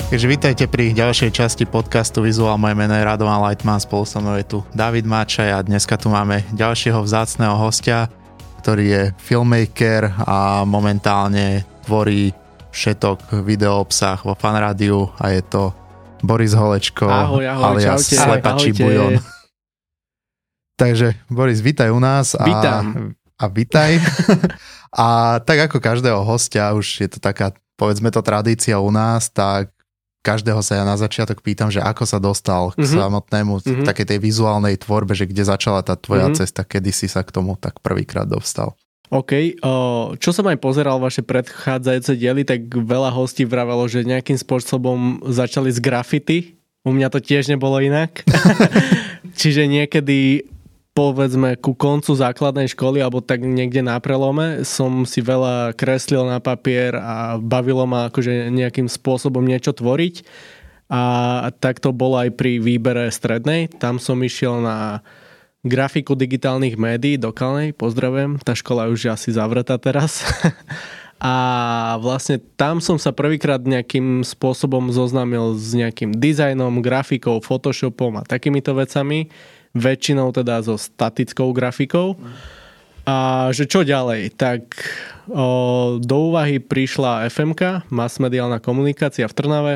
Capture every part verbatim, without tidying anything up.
Takže vítajte pri ďalšej časti podcastu Vizuál. Moje meno je Radovan Lightman, spolu so mnou je tu David Máčaj a dneska tu máme ďalšieho vzácneho hostia, ktorý je filmmaker a momentálne tvorí všetok videoobsah vo Fanrádiu a je to Boris Holečko, ahoj, ahoj, alias čaute, Slepačí ahojte. bujon. Takže Boris, vítaj u nás a, Vítam. a vítaj. A tak ako každého hostia, už je to taká, povedzme to, tradícia u nás, tak každého sa ja na začiatok pýtam, že ako sa dostal k mm-hmm. samotnému mm-hmm. takej tej vizuálnej tvorbe, že kde začala tá tvoja mm-hmm. cesta, kedy si sa k tomu tak prvýkrát dostal. OK, čo som aj pozeral vaše predchádzajúce diely, tak veľa hostí vravelo, že nejakým spôsobom začali z graffiti. U mňa to tiež nebolo inak. Čiže niekedy, povedzme, ku koncu základnej školy alebo tak niekde na prelome som si veľa kreslil na papier a bavilo ma akože nejakým spôsobom niečo tvoriť. A tak to bolo aj pri výbere strednej. Tam som išiel na grafiku digitálnych médií do Kalnej, pozdravujem, tá škola je už asi zavretá teraz. A vlastne tam som sa prvýkrát nejakým spôsobom zoznámil s nejakým dizajnom, grafikou, photoshopom a takýmito vecami, väčšinou teda so statickou grafikou. A že čo ďalej? Tak o, do úvahy prišla ef em ká, masmediálna komunikácia v Trnave,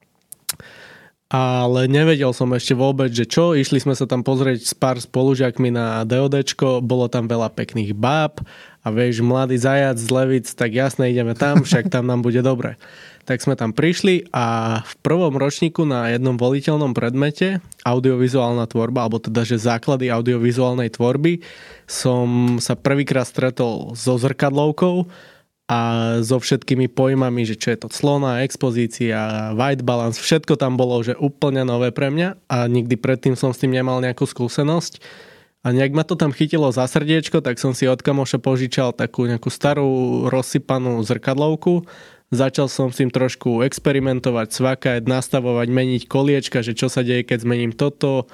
ale nevedel som ešte vôbec, že čo. Išli sme sa tam pozrieť s pár spolužiakmi na DODčko, bolo tam veľa pekných báb a vieš, mladý zajac z Levic, tak jasne ideme tam, však tam nám bude dobre. Tak sme tam prišli a v prvom ročníku na jednom voliteľnom predmete audiovizuálna tvorba, alebo teda, že základy audiovizuálnej tvorby, som sa prvýkrát stretol so zrkadlovkou a so všetkými pojmami, že čo je to clona, expozícia, white balance, všetko tam bolo, že úplne nové pre mňa a nikdy predtým som s tým nemal nejakú skúsenosť. A nejak ma to tam chytilo za srdiečko, tak som si od kamoša požičal takú nejakú starú rozsypanú zrkadlovku. Začal som s tým trošku experimentovať, cvakať, nastavovať, meniť koliečka, že čo sa deje, keď zmením toto.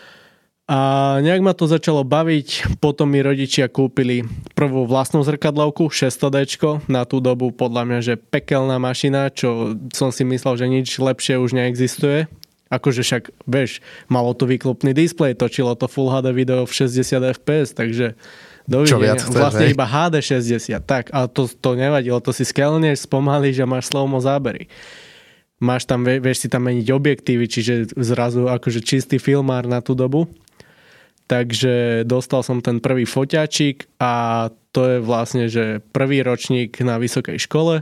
A nejak ma to začalo baviť, potom mi rodičia kúpili prvú vlastnú zrkadlovku, šesťsto dé, na tú dobu podľa mňa, že pekelná mašina, čo som si myslel, že nič lepšie už neexistuje. Akože však, vieš, malo to výklopný displej, točilo to Full há dé video v šesťdesiat ef pé es, takže dovidenia. Vlastne hej? Iba há dé šesťdesiat, tak, ale to, to nevadilo, to si skelneš, spomalíš a máš slow-mo zábery. Máš tam, vieš si tam meniť objektívy, čiže zrazu akože čistý filmár na tú dobu. Takže dostal som ten prvý foťačik a to je vlastne, že prvý ročník na vysokej škole.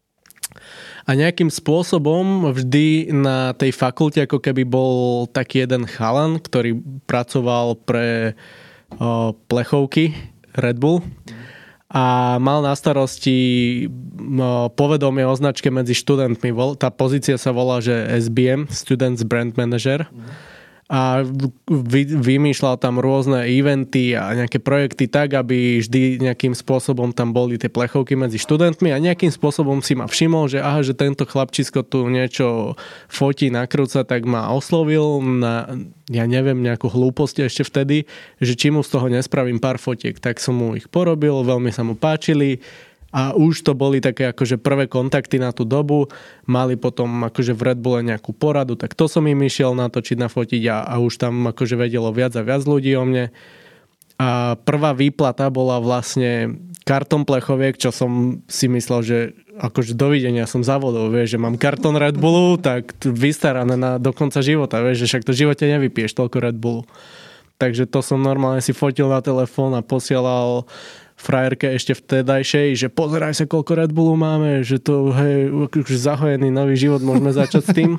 A nejakým spôsobom vždy na tej fakulte ako keby bol taký jeden chalan, ktorý pracoval pre o, plechovky Red Bull a mal na starosti o, povedomie o značke medzi študentmi. Tá pozícia sa volá, že es bí em, Students Brand Manager. A vy, vymýšľal tam rôzne eventy a nejaké projekty tak, aby vždy nejakým spôsobom tam boli tie plechovky medzi študentmi a nejakým spôsobom si ma všimol, že aha, že tento chlapčisko tu niečo fotí, nakrúca, tak ma oslovil na, ja neviem, nejakú hlúposť ešte vtedy, že či mu z toho nespravím pár fotiek. Tak som mu ich porobil, veľmi sa mu páčili. A už to boli také akože prvé kontakty na tú dobu. Mali potom akože v Red Bulle nejakú poradu, tak to som im išiel natočiť, nafotiť a, a už tam akože vedelo viac a viac ľudí o mne. A prvá výplata bola vlastne karton plechoviek, čo som si myslel, že akože dovidenia som závodov, vieš, že mám karton Red Bullu, tak vystarané na do konca života, vieš, že však to v živote nevypiješ toľko Red Bullu. Takže to som normálne si fotil na telefón a posielal frajerke ešte vtedajšej, že pozeraj sa, koľko Red Bullu máme, že to, hej, zahojený nový život, môžeme začať s tým.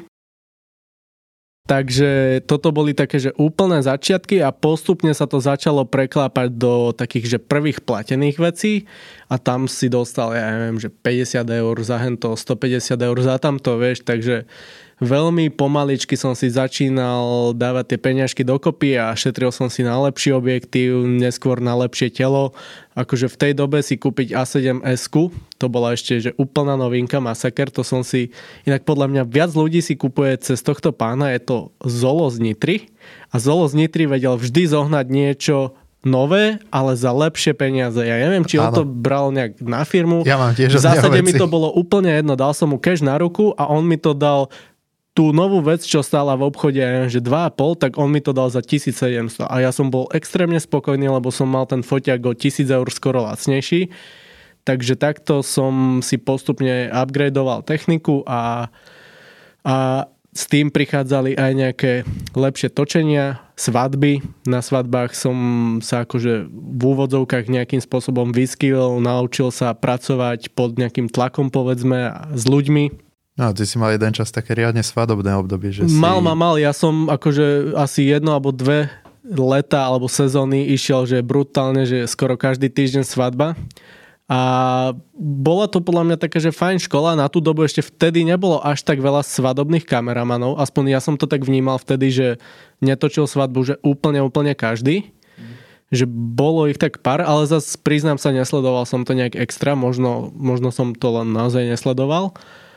Takže toto boli také, že úplné začiatky a postupne sa to začalo preklápať do takých, že prvých platených vecí a tam si dostal, ja neviem, že päťdesiat eur za hento, stopäťdesiat eur za tamto, vieš, takže veľmi pomaličky som si začínal dávať tie peňažky dokopy a šetril som si na lepší objektív, neskôr na lepšie telo. Akože v tej dobe si kúpiť á sedem es-ku, to bola ešte že úplná novinka, masaker, to som si, inak podľa mňa viac ľudí si kupuje cez tohto pána, je to Zolo z Nitry a Zolo z Nitry vedel vždy zohnať niečo nové, ale za lepšie peniaze. Ja neviem, či on to bral nejak na firmu. Ja mám tiež v zásade mi to bolo úplne jedno, dal som mu cash na ruku a on mi to dal tú novú vec, čo stála v obchode, že dva a pol, tak on mi to dal za tisícsedemsto. A ja som bol extrémne spokojný, lebo som mal ten foťák o tisíc eur skoro lacnejší. Takže takto som si postupne upgradeoval techniku a, a s tým prichádzali aj nejaké lepšie točenia, svadby. Na svadbách som sa akože v úvodzovkách nejakým spôsobom vyskýlil, naučil sa pracovať pod nejakým tlakom, povedzme, s ľuďmi. No, ty si mal jeden čas také riadne svadobné obdobie, že si... Mal, mal, mal. Ja som akože asi jedno alebo dve leta alebo sezóny išiel, že brutálne, že skoro každý týždeň svadba. A bola to podľa mňa taká, že fajn škola. Na tú dobu ešte vtedy nebolo až tak veľa svadobných kameramanov. Aspoň ja som to tak vnímal vtedy, že netočil svadbu, že úplne, úplne každý. Že bolo ich tak pár, ale zase priznám sa, nesledoval som to nejak extra. Možno, možno som to len naozaj nesledoval.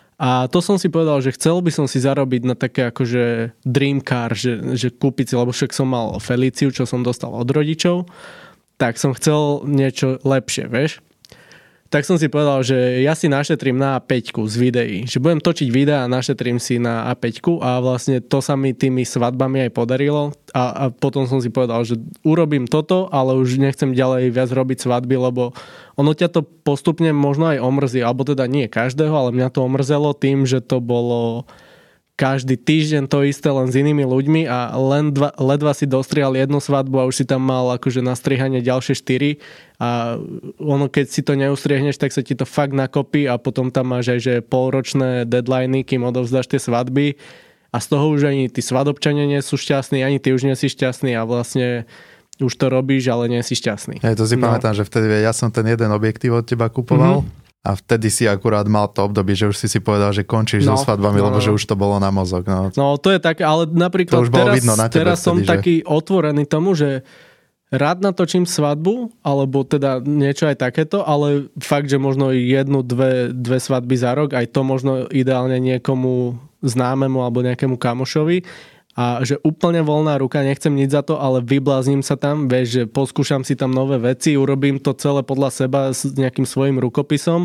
A to som si povedal, že chcel by som si zarobiť na také akože dream car, že, že kúpiť si, lebo však som mal Feliciu, čo som dostal od rodičov, tak som chcel niečo lepšie, vieš. Tak som si povedal, že ja si našetrím na á päť z videí, že budem točiť videa a našetrím si na á päť a vlastne to sa mi tými svadbami aj podarilo a, a potom som si povedal, že urobím toto, ale už nechcem ďalej viac robiť svadby, lebo ono ťa to postupne možno aj omrzí, alebo teda nie každého, ale mňa to omrzelo tým, že to bolo každý týždeň to isté len s inými ľuďmi a len dva, ledva si dostrihal jednu svadbu a už si tam mal akože na strihanie ďalšie štyri a ono keď si to neustriehneš, tak sa ti to fakt nakopí a potom tam máš aj že polročné deadliny, kým odovzdáš tie svadby a z toho už ani tí svadobčania nie sú šťastní, ani ty už nie si šťastný a vlastne už to robíš, ale nie si šťastný. Ja to si no. pamätám, že vtedy ja som ten jeden objektív od teba kupoval. Mm-hmm. A vtedy si akurát mal to obdobie, že už si si povedal, že končíš no, so svadbami, no, lebo no. že už to bolo na mozog. No, no to je také, ale napríklad to už teraz, vidno na tebe teraz vtedy, som že... taký otvorený tomu, že rád natočím svadbu, alebo teda niečo aj takéto, ale fakt, že možno jednu, dve, dve svadby za rok, aj to možno ideálne niekomu známemu alebo nejakému kamošovi. A že úplne voľná ruka, nechcem nič za to, ale vyblázním sa tam, vieš, že poskúšam si tam nové veci, urobím to celé podľa seba s nejakým svojím rukopisom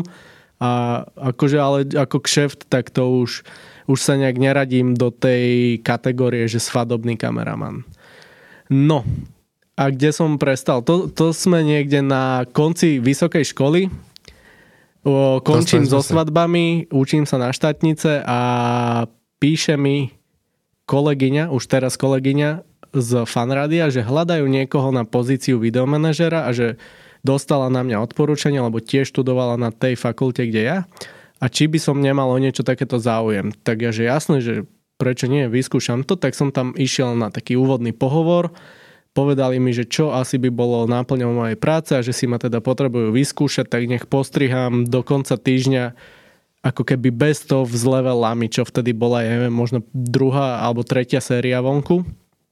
a akože ale ako kšeft, tak to už, už sa nejak neradím do tej kategórie, že svadobný kameraman. No, a kde som prestal? To, to sme niekde na konci vysokej školy. O, končím so svadbami, učím sa na štátnice a píše mi kolegyňa, už teraz kolegyňa z Fanrádia, že hľadajú niekoho na pozíciu videomanažera a že dostala na mňa odporúčanie, lebo tiež študovala na tej fakulte, kde ja. A či by som nemal o niečo takéto záujem. Tak ja, že jasné, že prečo nie, vyskúšam to, tak som tam išiel na taký úvodný pohovor. Povedali mi, že čo asi by bolo náplňou mojej práce a že si ma teda potrebujú vyskúšať, tak nech postrihám do konca týždňa ako keby best of z levelami, čo vtedy bola, ja neviem, možno druhá alebo tretia séria vonku.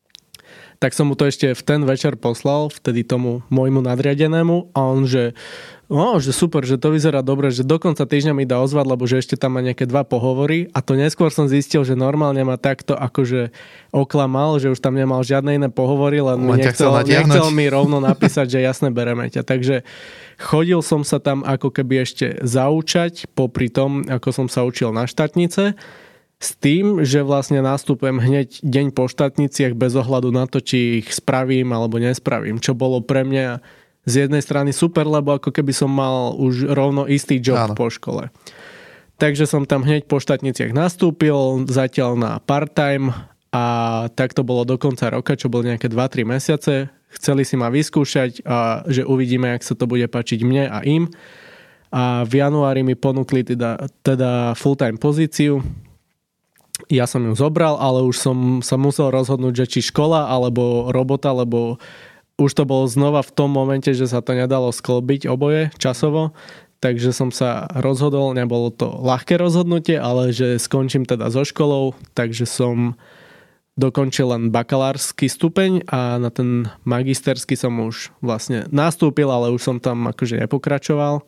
Tak som mu to ešte v ten večer poslal, vtedy tomu môjmu nadriadenému a on, že no, že super, že to vyzerá dobre, že do konca týždňa mi dá ozvať, lebo že ešte tam má nejaké dva pohovory a to neskôr som zistil, že normálne ma takto akože oklamal, že už tam nemal žiadne iné pohovory, len mi nechcel, nechcel mi rovno napísať, že jasne, bereme ťa. Takže chodil som sa tam ako keby ešte zaučať popri tom, ako som sa učil na štátnice, s tým, že vlastne nastupujem hneď deň po štátniciach bez ohľadu na to, či ich spravím alebo nespravím, čo bolo pre mňa z jednej strany super, lebo ako keby som mal už rovno istý job Áno. po škole. Takže som tam hneď po štátniciach nastúpil, zatiaľ na part-time a tak to bolo do konca roka, čo bolo nejaké dva tri mesiace. Chceli si ma vyskúšať a že uvidíme, jak sa to bude páčiť mne a im. A v januári mi ponúkli teda, teda full-time pozíciu. Ja som ju zobral, ale už som sa musel rozhodnúť, že či škola alebo robota, lebo už to bolo znova v tom momente, že sa to nedalo sklbiť oboje časovo. Takže som sa rozhodol, nebolo to ľahké rozhodnutie, ale že skončím teda so školou, takže som dokončil len bakalársky stupeň a na ten magisterský som už vlastne nastúpil, ale už som tam akože nepokračoval.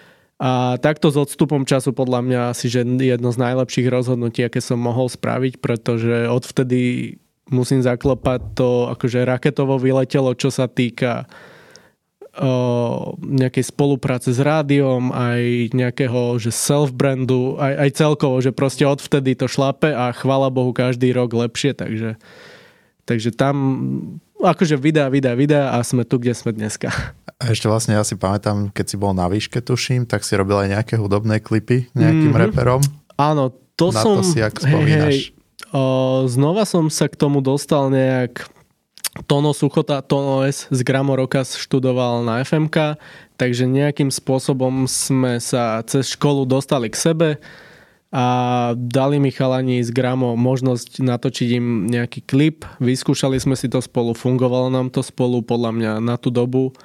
A takto s odstupom času podľa mňa asi že jedno z najlepších rozhodnutí, aké som mohol spraviť, pretože odvtedy musím zaklopať to, akože raketovo vyletelo, čo sa týka o nejakej spolupráce s rádiom, aj nejakého že self-brandu, aj, aj celkovo, že proste odvtedy to šlape a chvála Bohu každý rok lepšie, takže, takže tam akože videa, videa, videa a sme tu, kde sme dneska. A ešte vlastne ja si pamätám, keď si bol na výške, tuším, tak si robil aj nejaké hudobné klipy nejakým mm-hmm. reperom. Áno, to na som... Na to si jak spomínaš? Hej, o, znova som sa k tomu dostal nejak... Tono Suchota, Tono S z Gramorokas študoval na ef em ká, takže nejakým spôsobom sme sa cez školu dostali k sebe a dali mi chalani z Gramo možnosť natočiť im nejaký klip. Vyskúšali sme si to spolu, fungovalo nám to spolu, podľa mňa na tú dobu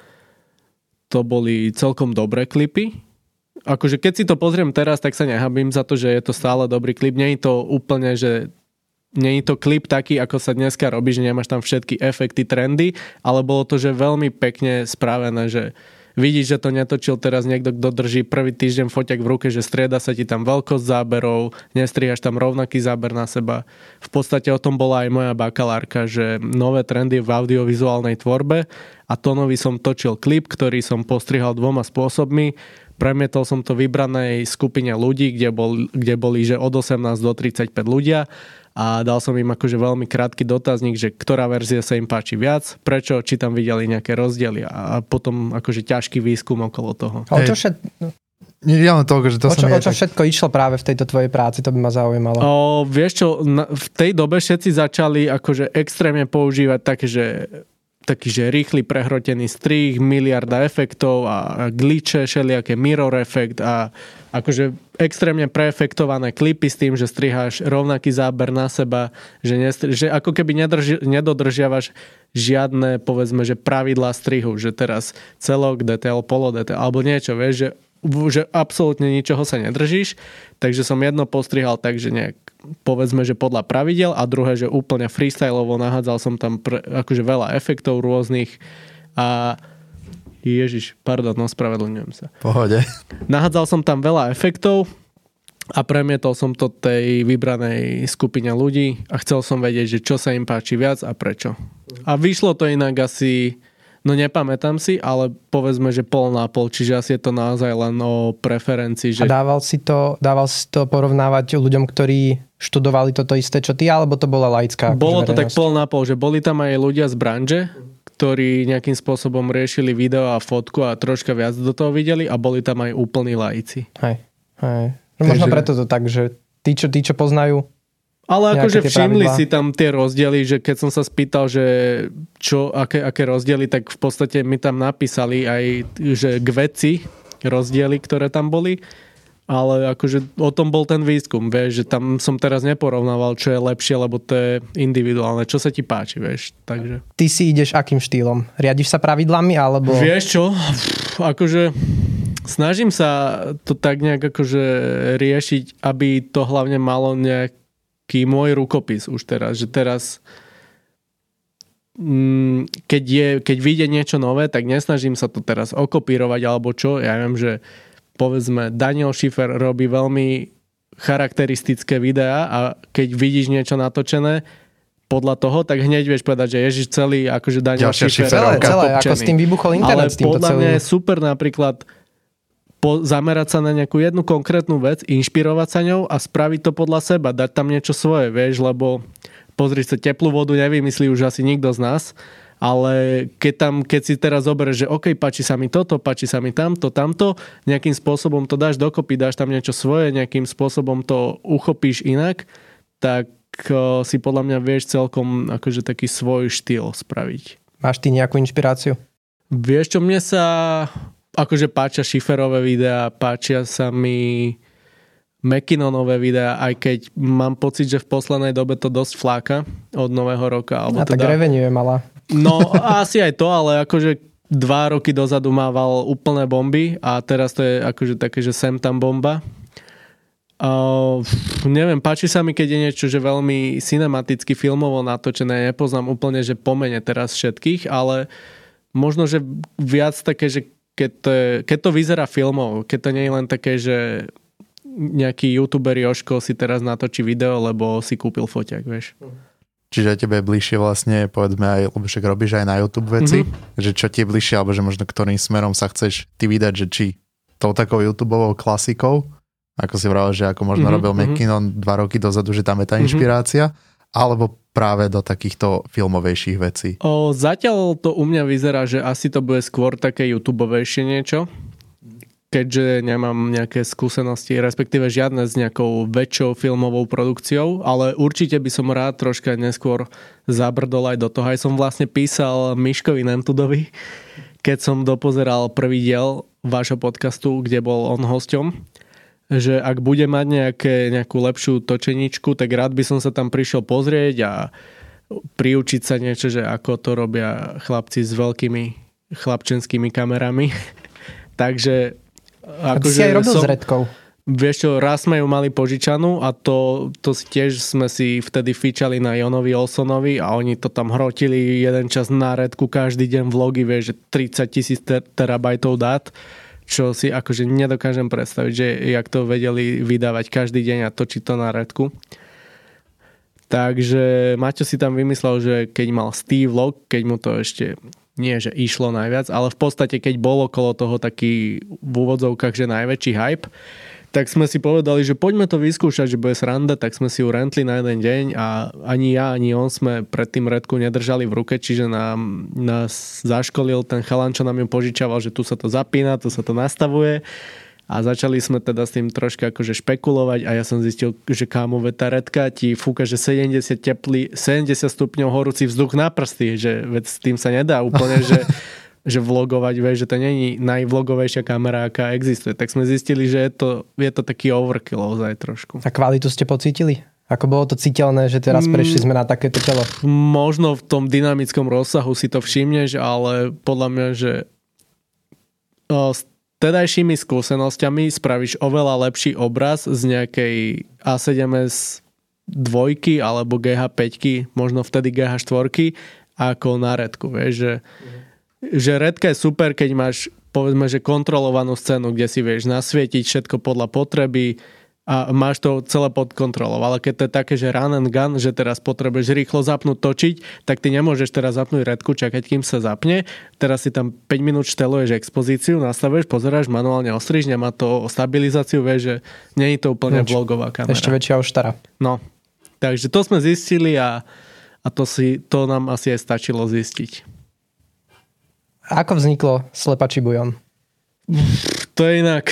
to boli celkom dobré klipy. Akože keď si to pozriem teraz, tak sa nehabím za to, že je to stále dobrý klip. Nie je to úplne, že nie je to klip taký, ako sa dneska robí, že nemáš tam všetky efekty, trendy, ale bolo to, že veľmi pekne spravené, že vidíš, že to netočil teraz niekto, kto drží prvý týždeň foťak v ruke, že strieda sa ti tam veľkosť záberov, nestrihaš tam rovnaký záber na seba. V podstate o tom bola aj moja bakalárka, že nové trendy v audiovizuálnej tvorbe a Tonovi som točil klip, ktorý som postrihal dvoma spôsobmi. Premietol som to vybranej skupine ľudí, kde, bol, kde boli že od osemnásť do tridsaťpäť ľudia a dal som im akože veľmi krátky dotazník, že ktorá verzia sa im páči viac, prečo, či tam videli nejaké rozdiely a potom akože ťažký výskum okolo toho. Ale čo všet... Nie len toľko, že to o čo, som o čo tak... všetko išlo práve v tejto tvojej práci, to by ma zaujímalo. O, vieš čo, na, v tej dobe všetci začali akože extrémne používať také, že taký, že rýchly prehrotený strih, miliarda efektov a glitche, všelijaké mirror efekt a akože extrémne preefektované klipy s tým, že striháš rovnaký záber na seba, že, nestri- že ako keby nedrži- nedodržiavaš žiadne, povedzme, že pravidlá strihu, že teraz celok, detail, polodetail, alebo niečo, vieš, že že absolútne ničoho sa nedržíš, takže som jedno postrihal tak, že nejak povedzme, že podľa pravidel a druhé, že úplne freestyleovo nahádzal som tam pre, akože veľa efektov rôznych a ježiš, pardon, no spravedlňujem sa. Pohode. Nahádzal som tam veľa efektov a premietol som to tej vybranej skupine ľudí a chcel som vedieť, že čo sa im páči viac a prečo. A vyšlo to inak asi no nepamätám si, ale povedzme, že pol na pol, čiže asi je to naozaj len o preferencii. Že... A dával si to, dával si to porovnávať ľuďom, ktorí študovali toto isté, čo ty, alebo to bola laická? Bolo to tak pol na pol, že boli tam aj ľudia z branže, ktorí nejakým spôsobom riešili video a fotku a troška viac do toho videli a boli tam aj úplní laici. Hej, hej. No možno Takže... preto to tak, že tí, čo, tí, čo poznajú. Ale akože všimli pravidlá. Si tam tie rozdiely, že keď som sa spýtal, že čo, aké, aké rozdiely, tak v podstate mi tam napísali aj, že k veci rozdiely, ktoré tam boli. Ale akože o tom bol ten výskum, vieš, že tam som teraz neporovnával, čo je lepšie, lebo to je individuálne. Čo sa ti páči, vieš, takže... Ty si ideš akým štýlom? Riadiš sa pravidlami, alebo... Vieš čo, akože snažím sa to tak nejak akože riešiť, aby to hlavne malo nejak taký môj rukopis už teraz, že teraz mm, keď, je, keď vyjde niečo nové, tak nesnažím sa to teraz okopírovať alebo čo, ja viem, že povedzme Daniel Schiffer robí veľmi charakteristické videá a keď vidíš niečo natočené podľa toho, tak hneď vieš povedať, že ježiš celý akože Daniel Schiffer celé, celé, ako s tým vybuchol internet. Ale podľa mňa je super napríklad Po, zamerať sa na nejakú jednu konkrétnu vec, inšpirovať sa ňou a spraviť to podľa seba, dať tam niečo svoje, vieš, lebo pozri sa, teplú vodu nevymyslí už asi nikto z nás, ale keď tam, keď si teraz zoberieš, že OK, páči sa mi toto, páči sa mi tamto, tamto, nejakým spôsobom to dáš dokopy, dáš tam niečo svoje, nejakým spôsobom to uchopíš inak, tak uh, si podľa mňa vieš celkom akože taký svoj štýl spraviť. Máš ty nejakú inšpiráciu? Vieš čo, mne sa akože páčia Schifferové videá, páčia sa mi McKinnonové videá, aj keď mám pocit, že v poslednej dobe to dosť fláka od nového roka. Alebo a tak teda... revenue je malá. No asi aj to, ale akože dva roky dozadu mával úplné bomby a teraz to je akože také, že sem tam bomba. Uh, neviem, páči sa mi, keď je niečo, že veľmi cinematicky filmovo natočené, nepoznám úplne, že pomene teraz všetkých, ale možno, že viac také, že Keď to, je, keď to vyzerá filmov, keď to nie je len také, že nejaký youtuber Jožko si teraz natočí video, lebo si kúpil foťak, vieš. Čiže tebe je bližšie vlastne, povedzme aj, lebo však robíš aj na YouTube veci, mm-hmm. že čo ti je bližšie, alebo že možno ktorým smerom sa chceš ty vydať, že či tou takou YouTubeovou klasikou, ako si vravel, že ako možno mm-hmm. robil Mekino dva roky dozadu, že tam je tá inšpirácia, mm-hmm. alebo práve do takýchto filmovejších vecí? O, zatiaľ to u mňa vyzerá, že asi to bude skôr také YouTubeovejšie niečo, keďže nemám nejaké skúsenosti, respektíve žiadne s nejakou väčšou filmovou produkciou, ale určite by som rád troška neskôr zabrdol aj do toho. Aj som vlastne písal Miškovi Nemtudovi, keď som dopozeral prvý diel vášho podcastu, kde bol on hosťom, že ak bude mať nejaké, nejakú lepšiu točeničku, tak rád by som sa tam prišiel pozrieť a priučiť sa niečo, že ako to robia chlapci s veľkými chlapčenskými kamerami. Takže a ty si aj robil som, s Redkou. Vieš čo, raz sme ju mali požičanú a to, to si tiež sme si vtedy fičali na Jonovi Olsonovi a oni to tam hrotili jeden čas na Redku, každý deň vlogy, vieš, že tridsať tisíc ter- terabajtov dát, čo si akože nedokážem predstaviť, že jak to vedeli vydávať každý deň a točiť to na Redku. Takže Maťo si tam vymyslel, že keď mal Steve vlog, keď mu to ešte nie, že išlo najviac, ale v podstate, keď bol okolo toho taký v úvodzovkách, že najväčší hype, tak sme si povedali, že poďme to vyskúšať, že bude sranda, tak sme si ju rentli na jeden deň a ani ja, ani on sme predtým Redku nedržali v ruke, čiže nám, nás zaškolil ten chalan, čo nám ju požičaval, že tu sa to zapína, tu sa to nastavuje. A začali sme teda s tým troška akože špekulovať a ja som zistil, že kámo, tá Redka ti fúka, že sedemdesiat, teplý, sedemdesiat stupňov horúci vzduch na prsty, že veď s tým sa nedá úplne, že, že vlogovať, vieš, že to nie je najvlogovejšia kamera, aká existuje. Tak sme zistili, že je to, je to taký overkill ozaj trošku. A kvalitu ste pocítili? Ako bolo to citeľné, že teraz prešli sme na takéto telo? Možno v tom dynamickom rozsahu si to všimneš, ale podľa mňa, že tedajšími skúsenosťami spravíš oveľa lepší obraz z nejakej á sedem es dvojky alebo gé há päťky, možno vtedy gé há štyri ako na Redku. Vieš, že, mm. že Redka je super, keď máš povedzme, že kontrolovanú scénu, kde si vieš nasvietiť všetko podľa potreby a máš to celé pod kontrolou. Ale keď to je také, že run and gun, že teraz potrebuješ rýchlo zapnúť, točiť, tak ty nemôžeš teraz zapnúť Redku, čakať, kým sa zapne. Teraz si tam päť minút šteluješ expozíciu, nastavuješ, pozeráš, manuálne ostriž, nemá to stabilizáciu, vieš, že nie je to úplne Eč, vlogová kamera. Ešte väčšia oštara. No, takže to sme zistili a, a to, si, to nám asi aj stačilo zistiť. Ako vzniklo Slepačí bujon? To je inak...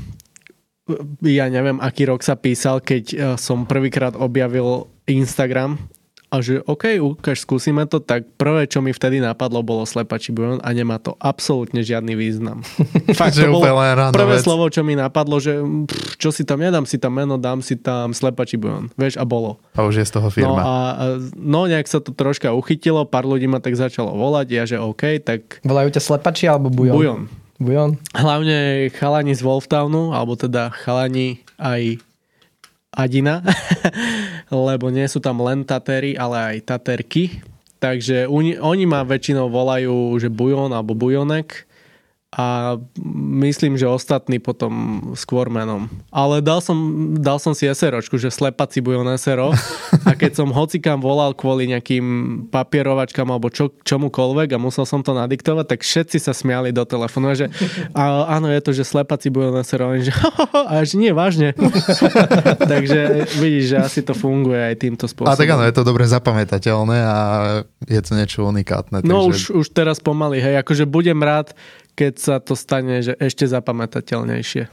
Ja neviem, aký rok sa písal, keď som prvýkrát objavil Instagram a že OK, ukáž, skúsime to, tak prvé, čo mi vtedy napadlo, bolo Slepačí bujon a nemá to absolútne žiadny význam. Fakt, to bolo prvé vec. Slovo, čo mi napadlo, že pff, čo si tam, nedám si tam meno, dám si tam Slepačí bujon. Vieš, a bolo. A už je z toho firma. No a no, nejak sa to troška uchytilo, pár ľudí ma tak začalo volať, ja že OK, tak... Volajú ťa Slepačí alebo bujon? Bujon. Bujon. Hlavne chalani z Wolftownu, alebo teda chalani aj Adina, lebo nie sú tam len Tatery, ale aj Taterky. Takže oni, oni ma väčšinou volajú, že bujon alebo bujonek a myslím, že ostatní potom skôr menom. Ale dal som, dal som si SROčku, že Slepací bujon SRO a keď som hocikam volal kvôli nejakým papierovačkám alebo čo, čomukoľvek a musel som to nadiktovať, tak všetci sa smiali do telefónu, že a, áno, je to, že Slepací bujon SRO, že a že nie, vážne. Takže vidíš, že asi to funguje aj týmto spôsobom. A tak áno, je to dobre zapamätateľné a je to niečo unikátne. No takže... už, už teraz pomaly, hej, akože budem rád, keď sa to stane, že ešte zapamätateľnejšie.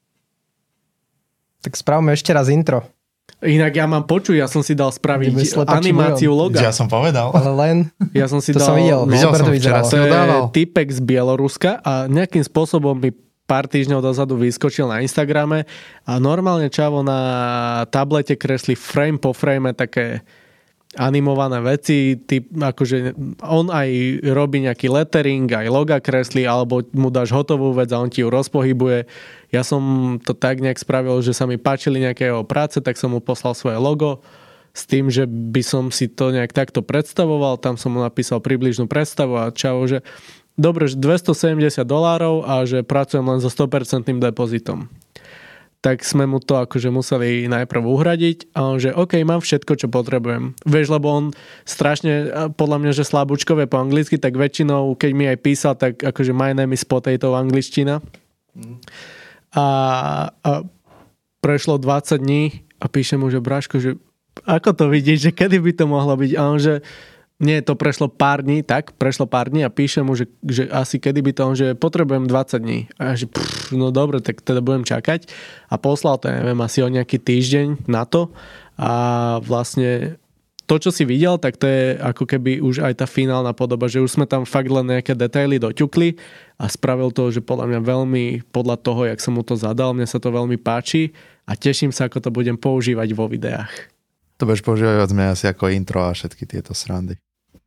Tak spravme ešte raz intro. Inak ja mám počuť, ja som si dal spraviť animáciu loga. Ja som povedal. Ale len, ja som si to dal, som videl. Videl som včera, to je typek z Bieloruska a nejakým spôsobom mi pár týždňov dozadu vyskočil na Instagrame a normálne čavo na tablete kreslí frame po frame také animované veci, typ, akože on aj robí nejaký lettering, aj loga kreslí, alebo mu dáš hotovú vec a on ti ju rozpohybuje. Ja som to tak nejak spravil, že sa mi páčili nejaké jeho práce, tak som mu poslal svoje logo s tým, že by som si to nejak takto predstavoval, tam som mu napísal približnú predstavu a čau, že dobre, že dvestosedemdesiat dolárov a že pracujem len so sto percent depozitom. tak sme mu to akože museli najprv uhradiť a on že OK, mám všetko, čo potrebujem. Vieš, lebo on strašne, podľa mňa, že slabúčkové po anglicky, tak väčšinou, keď mi aj písal, tak akože my name is potato angličtina. Mm. A, a prešlo dvadsať dní a píšem mu, že Braško, že ako to vidíš, že kedy by to mohlo byť? A on že nie, to prešlo pár dní, tak, prešlo pár dní a píšem mu, že, že asi kedy by to, on, že potrebujem dvadsať dní. A ja, že pff, no dobre, tak teda budem čakať. A poslal to, neviem, asi o nejaký týždeň na to. A vlastne to, čo si videl, tak to je ako keby už aj tá finálna podoba, že už sme tam fakt len nejaké detaily doťukli a spravil to, že podľa mňa veľmi, podľa toho, jak som mu to zadal, mne sa to veľmi páči a teším sa, ako to budem používať vo videách. To budeš používať viac menej asi ako intro a všetky tieto srandy.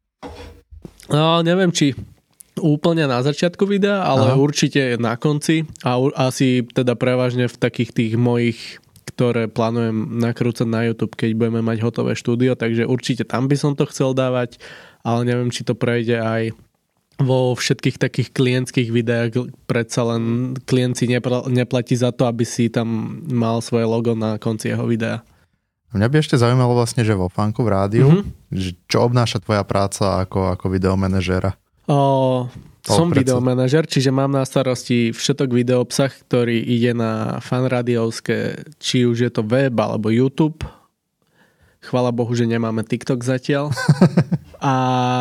No, neviem, či úplne na začiatku videa, ale Aha. určite na konci a asi teda prevažne v takých tých mojich, ktoré plánujem nakrúcať na YouTube, keď budeme mať hotové štúdio, takže určite tam by som to chcel dávať, ale neviem, či to prejde aj vo všetkých takých klientských videách. Predsa len klient si neplatí za to, aby si tam mal svoje logo na konci jeho videa. Mňa by ešte zaujímalo vlastne, že vo Funku v rádiu, mm-hmm. čo obnáša tvoja práca ako, ako videomanažéra? O, som videomanažer, čiže mám na starosti všetok videoobsah, ktorý ide na fanrádiovské, či už je to web alebo YouTube. Chvála Bohu, že nemáme TikTok zatiaľ. A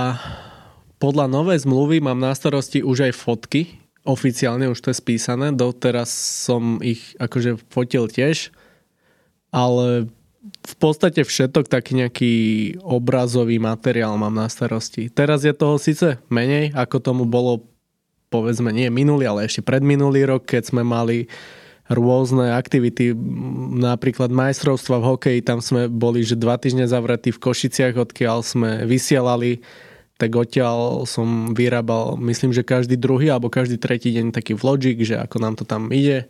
podľa novej zmluvy mám na starosti už aj fotky. Oficiálne už to je spísané. Doteraz som ich akože fotil tiež. Ale v podstate všetok taký nejaký obrazový materiál mám na starosti. Teraz je toho síce menej, ako tomu bolo, povedzme, nie minulý, ale ešte predminulý rok, keď sme mali rôzne aktivity, napríklad majstrovstva v hokeji, tam sme boli, že dva týždne zavretí v Košiciach, odkiaľ sme vysielali, tak odtiaľ som vyrábal, myslím, že každý druhý alebo každý tretí deň taký vlogik, že ako nám to tam ide.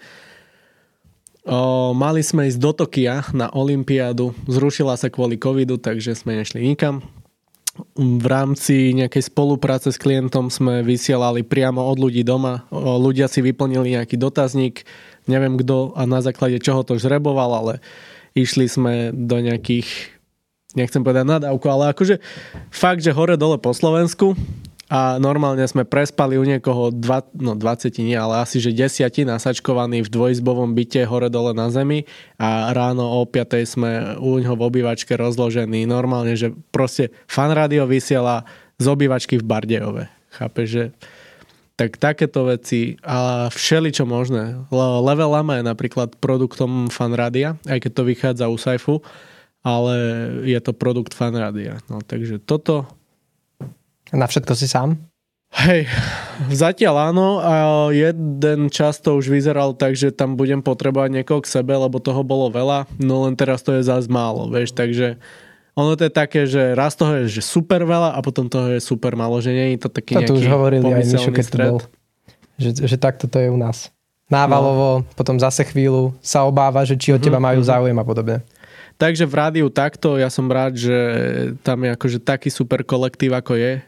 O, mali sme ísť do Tokia na olympiádu, zrušila sa kvôli covidu, takže sme nešli nikam. V rámci nejakej spolupráce s klientom sme vysielali priamo od ľudí doma. O, ľudia si vyplnili nejaký dotazník, neviem kto a na základe čoho to žreboval, ale išli sme do nejakých, nechcem povedať nadávku, ale akože fakt, že hore dole po Slovensku. A normálne sme prespali u niekoho dva, no dvadsať nie, ale asi že desať nasačkovaní v dvojizbovom byte hore dole na zemi a ráno o piatej sme u ňoho v obývačke rozložení. Normálne, že proste fan rádio vysiela z obývačky v Bardejove. Chápeš, že tak takéto veci a všeličo možné. Level Lama je napríklad produktom fan rádia, aj keď to vychádza u Saifu, ale je to produkt fan rádia. No takže toto. Na všetko si sám? Hej, zatiaľ áno a jeden čas to už vyzeral tak, že tam budem potrebovať niekoho k sebe, lebo toho bolo veľa, no len teraz to je zás málo, vieš, takže ono to je také, že raz toho je že super veľa a potom toho je super málo, že nie je to taký to nejaký už hovorili aj Mišo, keď stred. To bol, že, že takto to je u nás. Návalovo, no. Potom zase chvíľu sa obáva, že či od teba majú záujem a podobne. Takže v rádiu takto, ja som rád, že tam je akože taký super kolektív, ako je.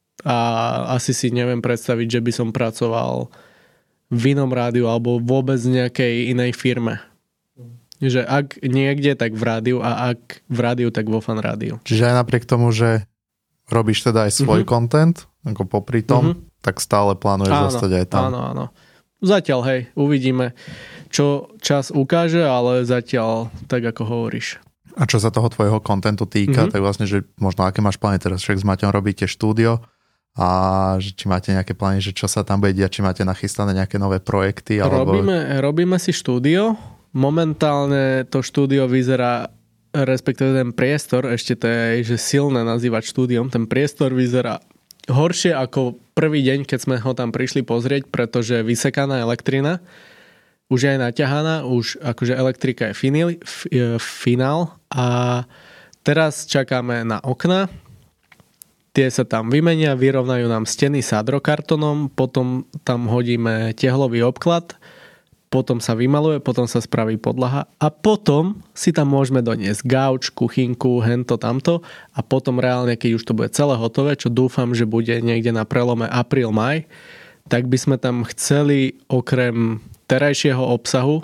A asi si neviem predstaviť, že by som pracoval v inom rádiu alebo vôbec v nejakej inej firme. Že ak niekde, tak v rádiu a ak v rádiu, tak vo fan rádiu. Čiže aj napriek tomu, že robíš teda aj svoj mm-hmm. content, ako popri tom, mm-hmm. tak stále plánuješ áno, zostať aj tam. Áno, áno. Zatiaľ, hej, uvidíme, čo čas ukáže, ale zatiaľ tak, ako hovoríš. A čo sa toho tvojho contentu týka, mm-hmm. tak vlastne, že možno aké máš plány teraz, však s Maťom robíte štúdio, a že či máte nejaké plány, že čo sa tam bude diať, či máte nachystané nejaké nové projekty? Alebo... Robíme, robíme si štúdio. Momentálne to štúdio vyzerá, respektíve ten priestor, ešte to je že silné nazývať štúdiom, ten priestor vyzerá horšie ako prvý deň, keď sme ho tam prišli pozrieť, pretože vysekaná elektrina, už je aj naťahaná, už akože elektrika je finál, finál a teraz čakáme na okna. Tie sa tam vymenia, vyrovnajú nám steny sádrokartonom, potom tam hodíme tehlový obklad, potom sa vymaluje, potom sa spraví podlaha a potom si tam môžeme doniesť gauč, kuchynku, hento, tamto a potom reálne, keď už to bude celé hotové, čo dúfam, že bude niekde na prelome apríl-maj, tak by sme tam chceli okrem terajšieho obsahu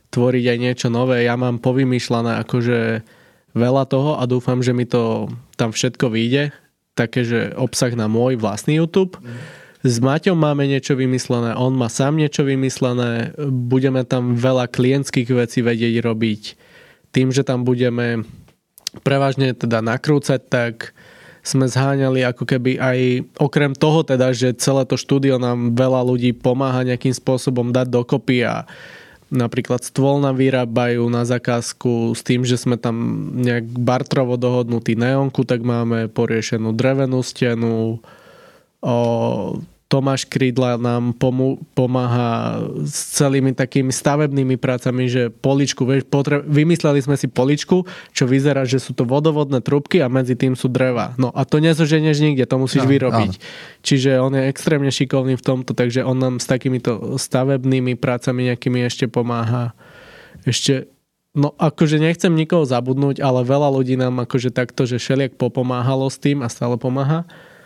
tvoriť aj niečo nové. Ja mám povymýšľané akože veľa toho a dúfam, že mi to tam všetko vyjde. Také, že obsah na môj vlastný YouTube. S Maťom máme niečo vymyslené, on má sám niečo vymyslené. Budeme tam veľa klientských vecí vedieť robiť. Tým, že tam budeme prevažne teda nakrúcať, tak sme zháňali ako keby aj okrem toho teda, že celé to štúdio nám veľa ľudí pomáha nejakým spôsobom dať dokopy a napríklad stôl nám vyrábajú na zakázku s tým, že sme tam nejak bartrovo dohodnutí neonku, tak máme poriešenú drevenú stenu. O, Tomáš Krídla nám pomu- pomáha s celými takými stavebnými prácami, že poličku, vieš, potre- vymysleli sme si poličku, čo vyzerá, že sú to vodovodné trúbky a medzi tým sú dreva. No a to nezoženieš nikde, to musíš no, vyrobiť. Áno. Čiže on je extrémne šikovný v tomto, takže on nám s takýmito stavebnými prácami nejakými ešte pomáha. Ešte, no akože nechcem nikoho zabudnúť, ale veľa ľudí nám akože takto, že všelijak popomáhalo s tým a stále pomáha.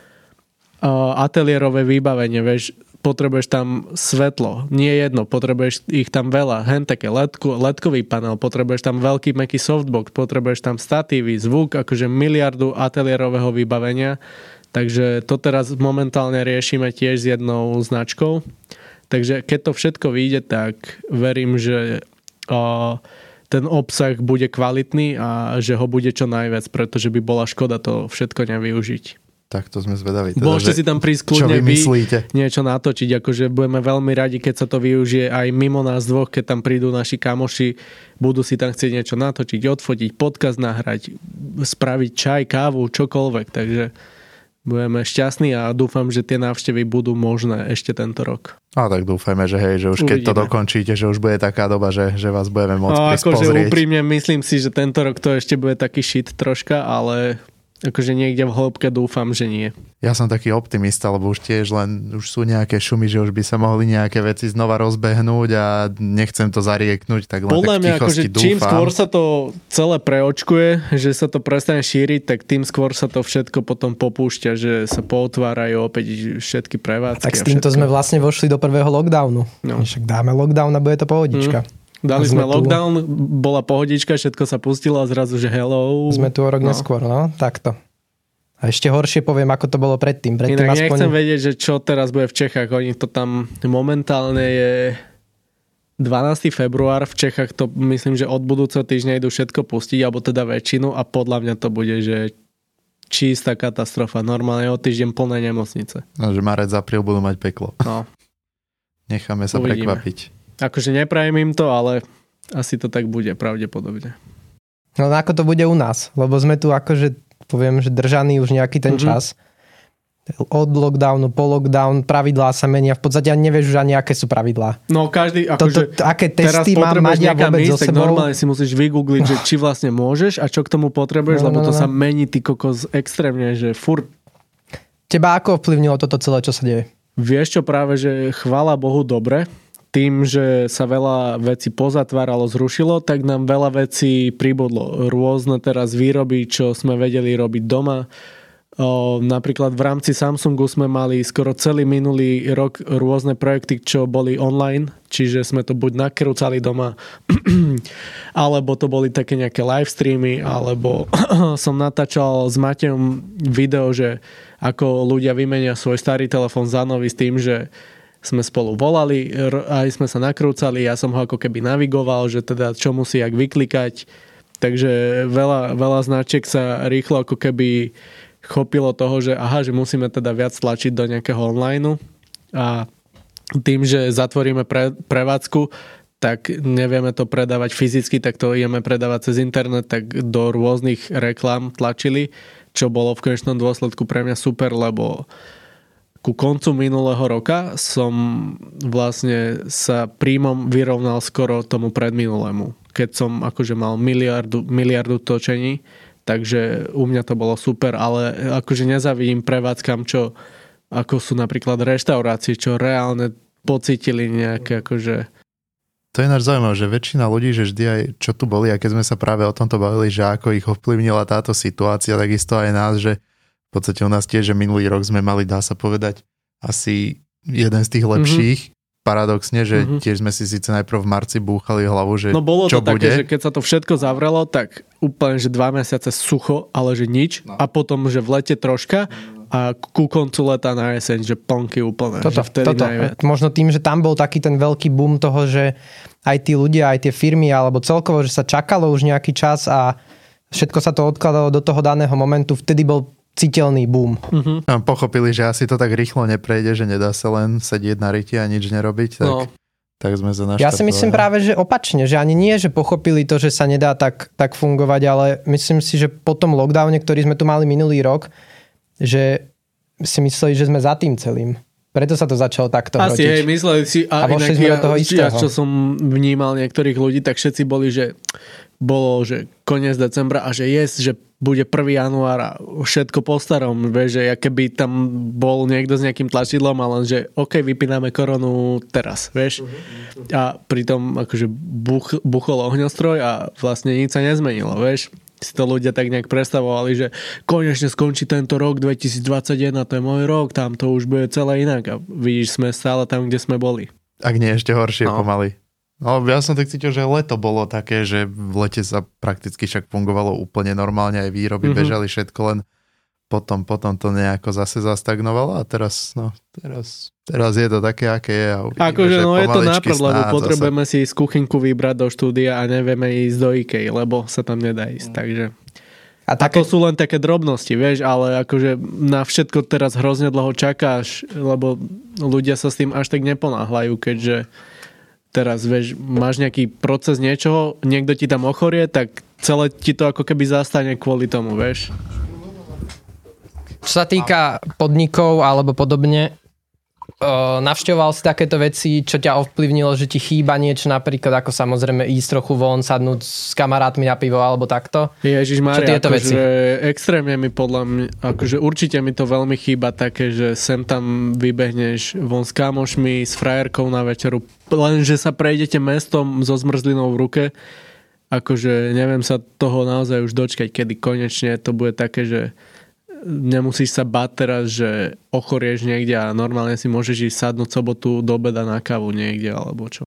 Ateliérové vybavenie, vieš, potrebuješ tam svetlo, nie jedno, potrebuješ ich tam veľa, hen také ledko, ledkový panel, potrebuješ tam veľký mäkký softbox, potrebuješ tam statívy, zvuk, akože miliardu ateliérového vybavenia, takže to teraz momentálne riešime tiež s jednou značkou, takže keď to všetko vyjde, tak verím, že o, ten obsah bude kvalitný a že ho bude čo najviac, pretože by bola škoda to všetko nevyužiť. Tak to sme zvedaví. Teda, môžete si tam prísť kľudne vy niečo natočiť, akože budeme veľmi radi, keď sa to využije aj mimo nás dvoch, keď tam prídu naši kamoši, budú si tam chcieť niečo natočiť, odfotiť, podcast nahrať, spraviť čaj, kávu, čokoľvek, takže budeme šťastní a dúfam, že tie návštevy budú možné ešte tento rok. A tak dúfajme, že hej, že už keď Uvidíme. To dokončíte, že už bude taká doba, že, že vás budeme môcť no, prísť akože pozrieť. Úprimne myslím si, že tento rok to ešte bude taký shit troška, ale akože niekde v hĺbke dúfam, že nie. Ja som taký optimista, lebo už tiež len už sú nejaké šumy, že už by sa mohli nejaké veci znova rozbehnúť a nechcem to zarieknúť, tak len podľa tak v mňa, tichosti akože dúfam. Čím skôr sa to celé preočkuje, že sa to prestane šíriť, tak tým skôr sa to všetko potom popúšťa, že sa pootvárajú opäť všetky prevádzky. Tak s týmto sme vlastne vošli do prvého lockdownu. No. Však dáme lockdown a bude to pohodička. Hmm. Dali sme, sme lockdown, tu... bola pohodička, všetko sa pustilo a zrazu, že hello. Sme tu o rok no. neskôr, no, takto. A ešte horšie poviem, ako to bolo predtým. predtým Inak aspoň... nechcem vedieť, že čo teraz bude v Čechách. Oni to tam momentálne je dvanásteho február. V Čechách to myslím, že od budúceho týždňa idú všetko pustiť, alebo teda väčšinu a podľa mňa to bude, že čistá katastrofa. Normálne o týždeň plné nemocnice. No, že marec, apríl budú mať peklo. No. Necháme sa Uvidíme. prekvapiť. Akože neprajem im to, ale asi to tak bude pravdepodobne. No ako to bude u nás? Lebo sme tu akože, poviem, že držaní už nejaký ten mm-hmm. čas. Od lockdownu po lockdown, pravidlá sa menia. V podstate ani nevieš už ani, aké sú pravidlá. No každý, akože Toto, aké testy mám mať ja vôbec so sebou? Normálne si musíš vygoogliť, že či vlastne môžeš a čo k tomu potrebuješ, no, lebo no, no. to sa mení ty kokos extrémne, že furt. Teba ako ovplyvnilo toto celé, čo sa deje? Vieš čo, práve, že chvála Bohu dobre. Tým, že sa veľa vecí pozatváralo, zrušilo, tak nám veľa vecí pribudlo. Rôzne teraz výroby, čo sme vedeli robiť doma. O, napríklad v rámci Samsungu sme mali skoro celý minulý rok rôzne projekty, čo boli online, čiže sme to buď nakrúcali doma, alebo to boli také nejaké live streamy, alebo som natáčal s Matejom video, že ako ľudia vymenia svoj starý telefón za nový s tým, že sme spolu volali, aj sme sa nakrúcali, ja som ho ako keby navigoval, že teda čo musí jak vyklikať. Takže veľa, veľa značiek sa rýchlo ako keby chopilo toho, že aha, že musíme teda viac tlačiť do nejakého online a tým, že zatvoríme pre, prevádzku, tak nevieme to predávať fyzicky, tak to ideme predávať cez internet, tak do rôznych reklám tlačili, čo bolo v konečnom dôsledku pre mňa super, lebo ku koncu minulého roka som vlastne sa príjmom vyrovnal skoro tomu predminulému. Keď som akože mal miliardu, miliardu točení, takže u mňa to bolo super, ale akože nezavidím prevádzkam, čo ako sú napríklad reštaurácie, čo reálne pocítili nejaké akože... To je náš zaujímavé, že väčšina ľudí, že vždy aj čo tu boli, a keď sme sa práve o tomto bavili, že ako ich ovplyvnila táto situácia, takisto aj nás, že v podstate u nás tiež, že minulý rok sme mali, dá sa povedať, asi jeden z tých lepších, paradoxne, že mm-hmm. tiež sme si síce najprv v marci búchali hlavu, že no bolo čo to bude. také, že keď sa to všetko zavrelo, tak úplne, že dva mesiace sucho, ale že nič. No. A potom, že v lete troška a ku koncu leta na jeseň, že plnky úplne. Toto, že vtedy toto. Najviac. Možno tým, že tam bol taký ten veľký boom toho, že aj tí ľudia, aj tie firmy, alebo celkovo, že sa čakalo už nejaký čas a všetko sa to odkladalo do toho daného momentu, vtedy bol citeľný boom. Uh-huh. Pochopili, že asi to tak rýchlo neprejde, že nedá sa len sedieť na ryti a nič nerobiť, tak, no. tak sme sa naštartovali. Ja si myslím práve, že opačne, že ani nie, že pochopili to, že sa nedá tak, tak fungovať, ale myslím si, že po tom lockdowne, ktorý sme tu mali minulý rok, že si mysleli, že sme za tým celým. Preto sa to začalo takto hrotiť. Asi, hej, mysleli si, a, a vošli sme do toho istého. Ja, čo som vnímal niektorých ľudí, tak všetci boli, že bolo, že koniec decembra a že yes, že bude prvý január a všetko po starom, vieš, že keby tam bol niekto s nejakým tlačidlom a len, že OK, vypíname koronu teraz, vieš. A pritom akože buch, buchol ohňostroj a vlastne nič sa nezmenilo, vieš. Si to ľudia tak nejak predstavovali, že konečne skončí tento rok dvetisícdvadsaťjeden, to je môj rok, tam to už bude celé inak a vidíš, sme stále tam, kde sme boli. Ak nie, ešte horšie no. pomaly. No, ja som tak cítil, že leto bolo také, že v lete sa prakticky však fungovalo úplne normálne, aj výroby mm-hmm. bežali všetko, len potom, potom to nejako zase zastagnovalo a teraz, no, teraz, teraz je to také, aké je. Akože, no je to náprd, lebo potrebujeme zase si z kuchynku vybrať do štúdia a nevieme ísť do IKEA, lebo sa tam nedá ísť, mm. takže... A, také... a to sú len také drobnosti, vieš, ale akože na všetko teraz hrozne dlho čakáš, lebo ľudia sa s tým až tak neponáhľajú, keďže teraz, vieš, máš nejaký proces niečoho, niekto ti tam ochorie, tak celé ti to ako keby zastane kvôli tomu, vieš. Čo sa týka podnikov alebo podobne, navštevoval si takéto veci, čo ťa ovplyvnilo, že ti chýba niečo, napríklad ako samozrejme ísť trochu von, sadnúť s kamarátmi na pivo alebo takto? Ježišmária, akože extrémne mi podľa mňa, akože určite mi to veľmi chýba také, že sem tam vybehneš von s kamošmi, s frajerkou na večeru, len že sa prejdete mestom so zmrzlinou v ruke, akože neviem sa toho naozaj už dočkať, kedy konečne to bude také, že nemusíš sa báť teraz, že ochorieš niekde a normálne si môžeš ísť sadnúť sobotu do obeda na kávu niekde, alebo čo.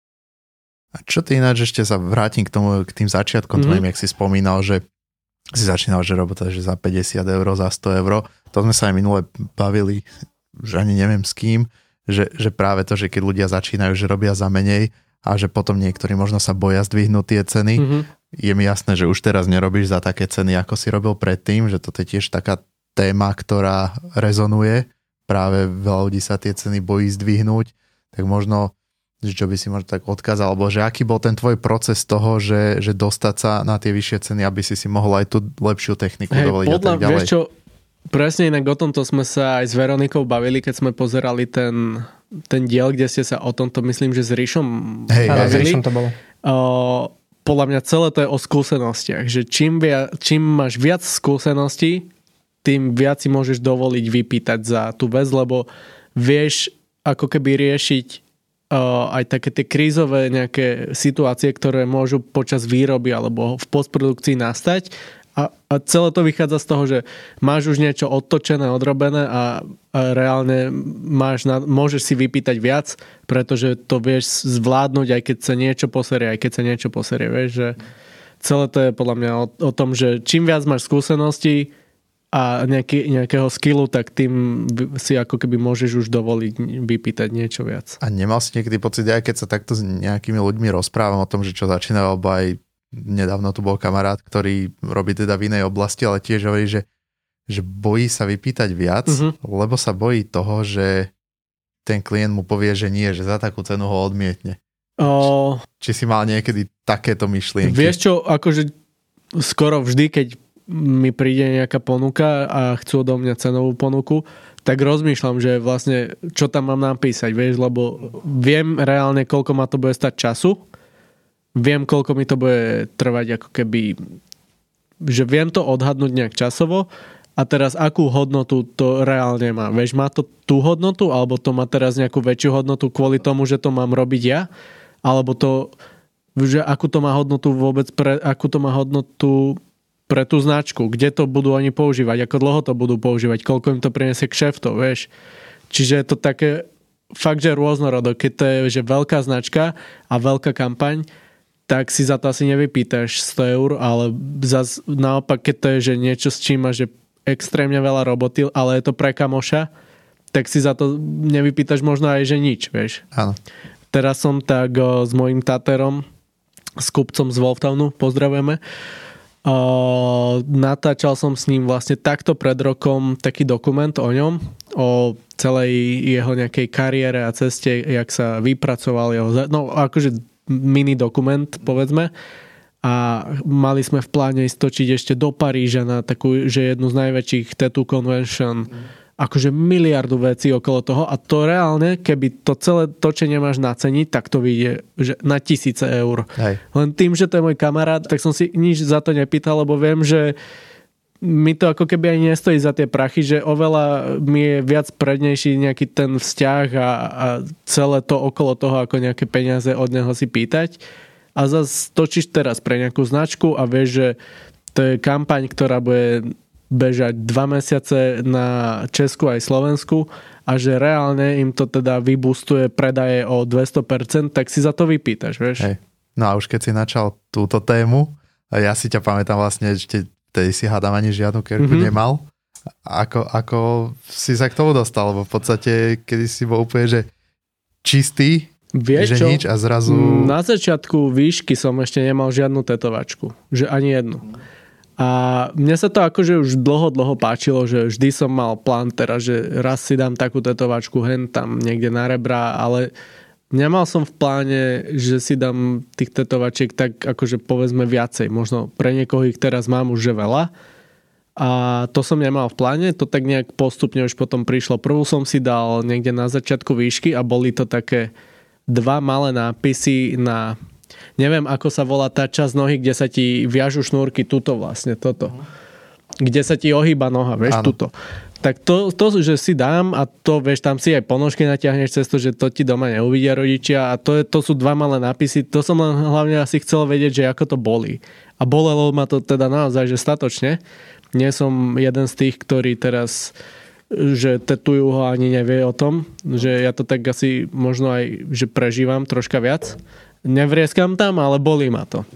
A čo ty ináč, ešte sa vrátim k tomu, k tým začiatkom mm-hmm. tvojim, jak si spomínal, že si začínal, že robota, že za päťdesiat eur, za sto eur. To sme sa aj minule bavili, že ani neviem s kým, že, že práve to, že keď ľudia začínajú, že robia za menej a že potom niektorí možno sa boja zdvihnúť tie ceny. Mm-hmm. Je mi jasné, že už teraz nerobíš za také ceny, ako si robil predtým, že toto je tiež taká téma, ktorá rezonuje. Práve veľa ľudí sa tie ceny bojí zdvihnúť. Tak možno, že čo by si možno tak odkázal, alebo že aký bol ten tvoj proces toho, že, že dostať sa na tie vyššie ceny, aby si si mohol aj tú lepšiu techniku hey, dovoliť a tak ďalej. Vieš čo, presne inak o tomto sme sa aj s Veronikou bavili, keď sme pozerali ten, ten diel, kde ste sa o tomto, myslím, že s Ríšom hey, bavili. S Ríšom to bolo. Uh, podľa mňa celé to je o skúsenostiach, že čím, via, čím máš viac skúseností, tým viac si môžeš dovoliť vypýtať za tú vec, lebo vieš ako keby riešiť uh, aj také tie krízové nejaké situácie, ktoré môžu počas výroby alebo v postprodukcii nastať. A, a celé to vychádza z toho, že máš už niečo odtočené, odrobené a, a reálne máš na, môžeš si vypýtať viac, pretože to vieš zvládnuť, aj keď sa niečo poserie, aj keď sa niečo poserie. Vieš, že celé to je podľa mňa o, o tom, že čím viac máš skúseností a nejaký, nejakého skillu, tak tým si ako keby môžeš už dovoliť vypýtať niečo viac. A nemal si niekedy pocit, aj keď sa takto s nejakými ľuďmi rozprávam o tom, že čo začínajú, alebo aj nedávno tu bol kamarát, ktorý robí teda v inej oblasti, ale tiež hovorí, že, že bojí sa vypýtať viac, mm-hmm. lebo sa bojí toho, že ten klient mu povie, že nie, že za takú cenu ho odmietne. O... Či si mal niekedy takéto myšlienky? Vieš čo, akože skoro vždy, keď mi príde nejaká ponuka a chcú odo mňa cenovú ponuku, tak rozmýšľam, že vlastne čo tam mám napísať, vieš, lebo viem reálne, koľko ma to bude stať času, viem, koľko mi to bude trvať, ako keby, že viem to odhadnúť nejak časovo a teraz akú hodnotu to reálne má. Vieš, má to tú hodnotu, alebo to má teraz nejakú väčšiu hodnotu kvôli tomu, že to mám robiť ja, alebo to, že akú to má hodnotu vôbec pre, akú to má hodnotu pre tú značku, kde to budú oni používať, ako dlho to budú používať, koľko im to priniesie kšeftov, vieš. Čiže je to také fakt, že rôznorodo. Keď to je že veľká značka a veľká kampaň, tak si za to asi nevypýtaš sto eur, ale zas naopak, keď to je že niečo, s čím máš že extrémne veľa roboty, ale je to pre kamoša, tak si za to nevypýtaš možno aj, že nič, vieš. Áno. Teraz som tak o, s mojím Taterom, s Kupcom z Wolftownu, pozdravujeme, o, natáčal som s ním vlastne takto pred rokom taký dokument o ňom, o celej jeho nejakej kariére a ceste, jak sa vypracoval jeho, no akože mini dokument, povedzme. A mali sme v pláne stočiť ešte do Paríža na takú, že jednu z najväčších tattoo convention, akože miliardu vecí okolo toho a to reálne, keby to celé točenie máš naceniť, tak to vyjde že na tisíce eur. Hej. Len tým, že to je môj kamarát, tak som si nič za to nepýtal, lebo viem, že mi to ako keby ani nestojí za tie prachy, že oveľa mi je viac prednejší nejaký ten vzťah a, a celé to okolo toho, ako nejaké peniaze od neho si pýtať. A zase točíš teraz pre nejakú značku a vieš, že to je kampaň, ktorá bude bežať dva mesiace na Česku aj Slovensku a že reálne im to teda vybustuje predaje o dvesto percent, tak si za to vypýtaš, vieš? Hej. No a už keď si načal túto tému, a ja si ťa pamätám vlastne, ešte tedy si hádam ani žiadnu kerku mm-hmm. nemal. Ako, ako si sa k tomu dostal? Lebo v podstate, kedy si bol úplne, že čistý, vieš že čo? nič a zrazu... Na začiatku výšky som ešte nemal žiadnu tetovačku. Že ani jednu. A mne sa to akože už dlho, dlho páčilo, že vždy som mal plán teraz, že raz si dám takú tetovačku hen tam niekde na rebra, ale nemal som v pláne, že si dám tých tetovačiek tak akože povedzme viacej. Možno pre niekoho ich teraz mám už že veľa. A to som nemal v pláne, to tak nejak postupne už potom prišlo. Prvú som si dal niekde na začiatku výšky a boli to také dva malé nápisy na... Neviem, ako sa volá tá časť nohy, kde sa ti viažu šnúrky, tuto vlastne, toto. Kde sa ti ohýba noha, vieš, Áno. tuto. Tak to, to, že si dám a to, vieš, tam si aj ponožky natiahneš cez to, že to ti doma neuvidia rodičia a to, je, to sú dva malé nápisy. To som len hlavne asi chcel vedieť, že ako to bolí. A bolelo ma to teda naozaj, že statočne. Nie som jeden z tých, ktorí teraz že tetujú ho ani nevie o tom, že ja to tak asi možno aj, že prežívam troška viac. Nevrieskam tam, ale bolí ma to.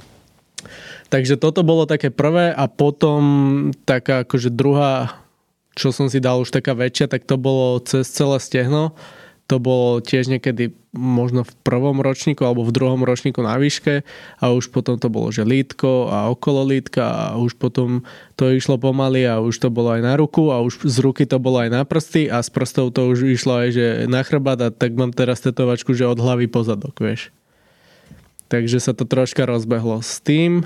Takže toto bolo také prvé a potom taká akože druhá, čo som si dal už taká väčšia, tak to bolo cez celé stehno. To bolo tiež niekedy možno v prvom ročníku alebo v druhom ročníku na výške a už potom to bolo že lítko a okolo lítka a už potom to išlo pomaly a už to bolo aj na ruku a už z ruky to bolo aj na prsty a z prstov to už išlo aj že na chrbát a tak mám teraz tetovačku, že od hlavy po zadok, vieš. Takže sa to troška rozbehlo s tým,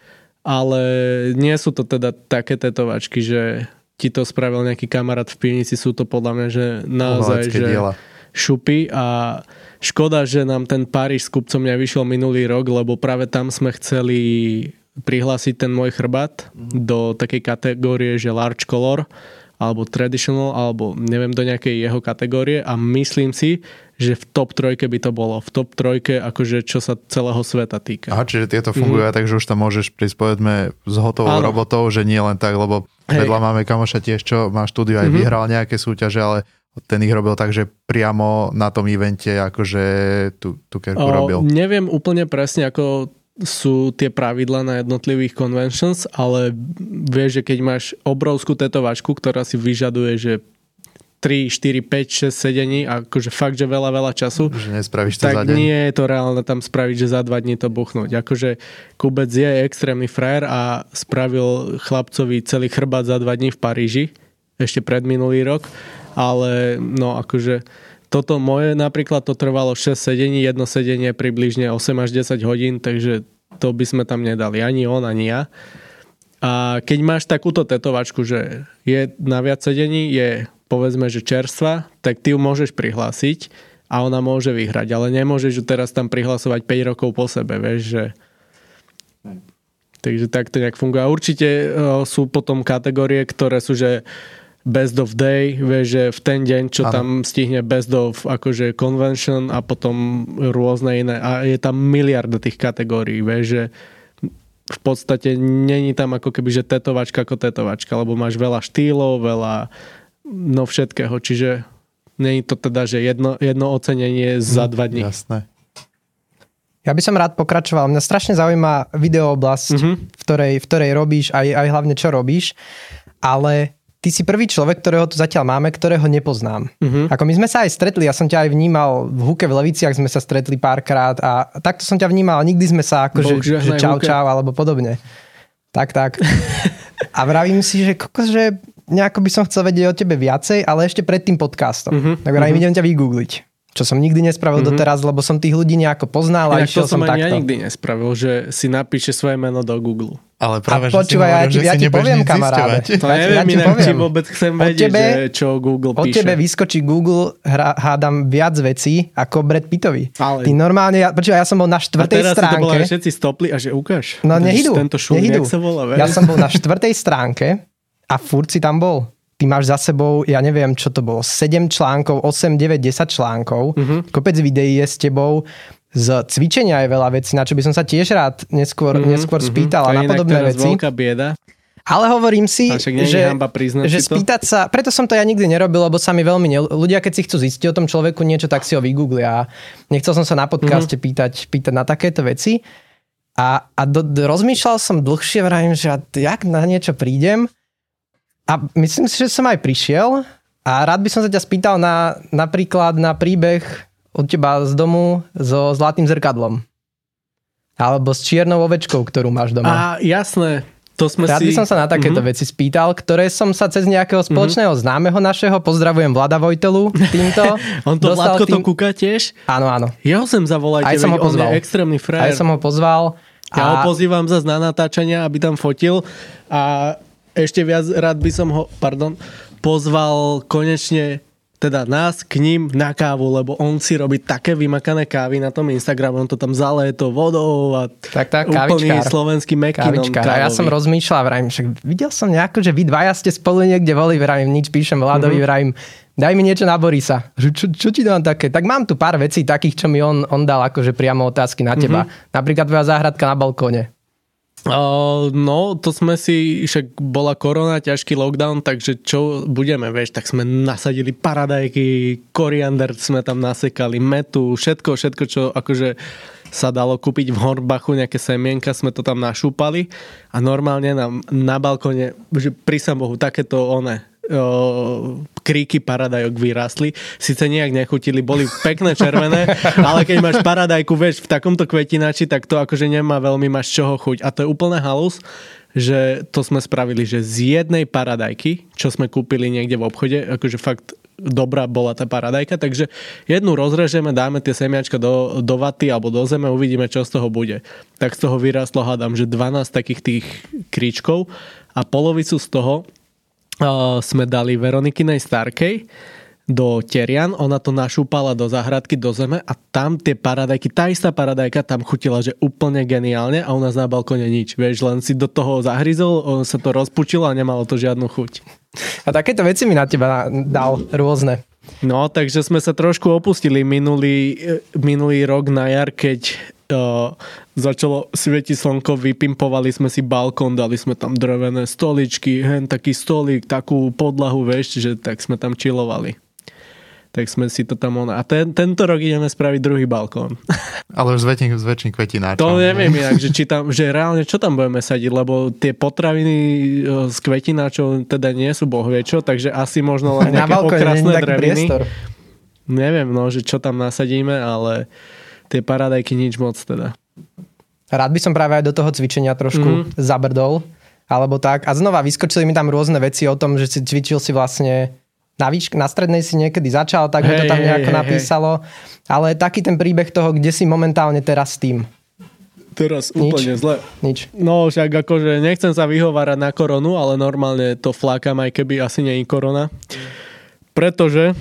ale nie sú to teda také tetovačky, že ti to spravil nejaký kamarát v pivnici, sú to podľa mňa, že naozaj, že diela. Šupy a škoda, že nám ten Paríž s Kupcom nevyšiel minulý rok, lebo práve tam sme chceli prihlásiť ten môj chrbát do takej kategórie, že large color alebo traditional, alebo neviem, do nejakej jeho kategórie a myslím si, že v top trojke by to bolo. V top trojke, akože čo sa celého sveta týka. Aha, čiže tieto fungujú, mm. takže už tam môžeš prísť, povedzme, s hotovou Áno. robotou, že nie len tak, lebo Hej. vedľa máme kamoša tiež, čo má štúdiu, aj mm-hmm. vyhral nejaké súťaže, ale ten ich robil tak, že priamo na tom evente akože tú, tú kerku o, robil. Neviem úplne presne, ako sú tie pravidlá na jednotlivých conventions, ale vieš, že keď máš obrovskú tetovačku, ktorá si vyžaduje, že tri, štyri, päť, šesť sedení a akože fakt, že veľa, veľa času, že nespravíš to tak za deň. Nie je to reálne tam spraviť, že za dva dní to buchnúť. Akože Kubec je extrémny frajer a spravil chlapcovi celý chrbát za dva dní v Paríži, ešte pred minulý rok, ale no akože toto moje napríklad to trvalo šesť sedení, jedno sedenie približne osem až desať hodín, takže to by sme tam nedali, ani on, ani ja. A keď máš takúto tetovačku, že je na viac sedení, je povedzme, že čerstva, tak ty ju môžeš prihlásiť a ona môže vyhrať, ale nemôžeš ju teraz tam prihlasovať päť rokov po sebe, vieš, že... Takže tak to nejak funguje. A určite sú potom kategórie, ktoré sú, že best of day, vieš, že v ten deň, čo Aha. tam stihne best of akože convention a potom rôzne iné. A je tam miliarda tých kategórií, vieš, že v podstate není tam ako keby, že tetovačka ako tetovačka, lebo máš veľa štýlov, veľa no všetkého, čiže nie je to teda, že jedno, jedno ocenenie za dva dní. Jasné. Ja by som rád pokračoval. Mňa strašne zaujíma videooblasť, mm-hmm. v, ktorej, v ktorej robíš, aj, aj hlavne čo robíš, ale ty si prvý človek, ktorého tu zatiaľ máme, ktorého nepoznám. Mm-hmm. Ako my sme sa aj stretli, ja som ťa aj vnímal v Húke v Leviciach, sme sa stretli párkrát a takto som ťa vnímal, nikdy sme sa akože že čau čau alebo podobne. Tak, tak. A vravím si, že kokos, že nejako by som chcel vedieť o tebe viacej, ale ešte pred tým podcastom. Mm-hmm. Tak vravím, mm-hmm. idem ťa vygoogliť. Čo som nikdy nespravil mm-hmm. doteraz, lebo som tých ľudí nejako poznal a išiel som takto. Ja nikdy nespravil, že si napíše svoje meno do Google. Ale práve, a počúvaj, ja ti, ja ti poviem, kamaráde. To ja neviem, ja inak či vôbec chcem vedieť, tebe, že čo Google píše. Od tebe vyskočí Google, hra, hádam viac vecí ako Brad Pittovi. Ale... Ty normálne, ja, počúvaj, ja som bol na štvrtej stránke. A teraz stránke. Si to bolo, všetci stopli a že ukáž. No nehydu, tento šum, nehydu. Sa volá, ja som bol na štvrtej stránke a furt si tam bol. Ty máš za sebou, ja neviem, čo to bolo, sedem článkov, osem, deväť, desať článkov, uh-huh. kopec videí je s tebou, z cvičenia je veľa vecí, na čo by som sa tiež rád neskôr, uh-huh. neskôr spýtal uh-huh. a na podobné veci. Veľká bieda. Ale hovorím si, že, že spýtať sa, preto som to ja nikdy nerobil, lebo sa mi veľmi, ne, ľudia keď si chcú zistiť o tom človeku niečo, tak si ho vygooglia. Nechcel som sa na podcaste uh-huh. pýtať, pýtať na takéto veci. A, a do, do, rozmýšľal som dlhšie, vravím, že jak na niečo prídem. A myslím si, že som aj prišiel a rád by som sa ťa spýtal na, napríklad na príbeh od teba z domu so zlatým zrkadlom. Alebo s čiernou ovečkou, ktorú máš doma. Á, jasné. To sme rád si... by som sa na takéto mm-hmm. veci spýtal, ktoré som sa cez nejakého spoločného mm-hmm. známeho našeho, pozdravujem Vlada Vojtelu týmto. On to Vladko tým... to kúka tiež? Áno, áno. Ja ho sem zavolajte, aj som ho pozval. On je extrémny frajer. Aj som ho pozval. Ja a... ho pozývam zase na natáčania, aby tam fotil a ešte viac rád by som ho, pardon, pozval konečne teda nás k ním na kávu, lebo on si robí také vymakané kávy na tom Instagrame, on to tam zaleje to vodou a tak, tak, úplný slovenský mekinom kávový. A ja som rozmýšľal, vrajím, však videl som nejako, že vy dvaja ste spolu niekde boli, vrajím, nič píšem Vladovi, mm-hmm. vrajím, daj mi niečo na Borisa. Čo, čo ti dám také? Tak mám tu pár vecí takých, čo mi on, on dal akože priamo otázky na teba. Mm-hmm. Napríklad tvoja záhradka na balkóne. Uh, no, to sme si, však bola korona, ťažký lockdown, takže čo budeme, vieš, tak sme nasadili paradajky, koriander sme tam nasekali, metu, všetko, všetko, čo akože sa dalo kúpiť v Hornbachu, nejaké semienka, sme to tam našúpali a normálne nám na balkone, že prísam Bohu, takéto one, kríky paradajok vyrástli. Sice nejak nechutili, boli pekné červené, ale keď máš paradajku, vieš, v takomto kvetinači, tak to akože nemá veľmi máš čoho chuť. A to je úplne halus, že to sme spravili, že z jednej paradajky, čo sme kúpili niekde v obchode, akože fakt dobrá bola tá paradajka, takže jednu rozrežeme, dáme tie semiačka do, do vaty alebo do zeme, uvidíme, čo z toho bude. Tak z toho vyrástlo, hádam, že dvanásť takých tých kríčkov a polovicu z toho Uh, sme dali Veronikinej Starkej do terian, ona to našúpala do záhradky, do zeme a tam tie paradajky, tá istá paradajka tam chutila, že úplne geniálne a u nás na balkone nič, vieš, len si do toho zahryzol, on sa to rozpučilo a nemalo to žiadnu chuť. A takéto veci mi na teba dal rôzne. No, takže sme sa trošku opustili minulý, minulý rok na jar, keď uh, začalo svietiť slnko, vypimpovali sme si balkón, dali sme tam drevené stoličky, hen taký stolík, takú podlahu, vieš, že tak sme tam chillovali. Tak sme si to tam... On... A ten, tento rok ideme spraviť druhý balkón. Ale už s väčším, s väčším kvetináčom. To neviem inak, že, či tam, že reálne čo tam budeme sadiť, lebo tie potraviny s kvetináčom teda nie sú boh vie čo, takže asi možno len nejaké okrasné dreviny. Priestor. Neviem, no, že čo tam nasadíme, ale tie paradajky nič moc teda. Rád by som práve aj do toho cvičenia trošku mm-hmm. zabrdol, alebo tak. A znova vyskočili mi tam rôzne veci o tom, že si cvičil si vlastne na výške, na strednej si niekedy začal, tak hey, mi to tam nejako hey, napísalo. Hey. Ale taký ten príbeh toho, kde si momentálne teraz s tým. Teraz úplne Nič. zle. Nič. No však akože nechcem sa vyhovárať na koronu, ale normálne to flákam, aj keby asi nie je korona. Pretože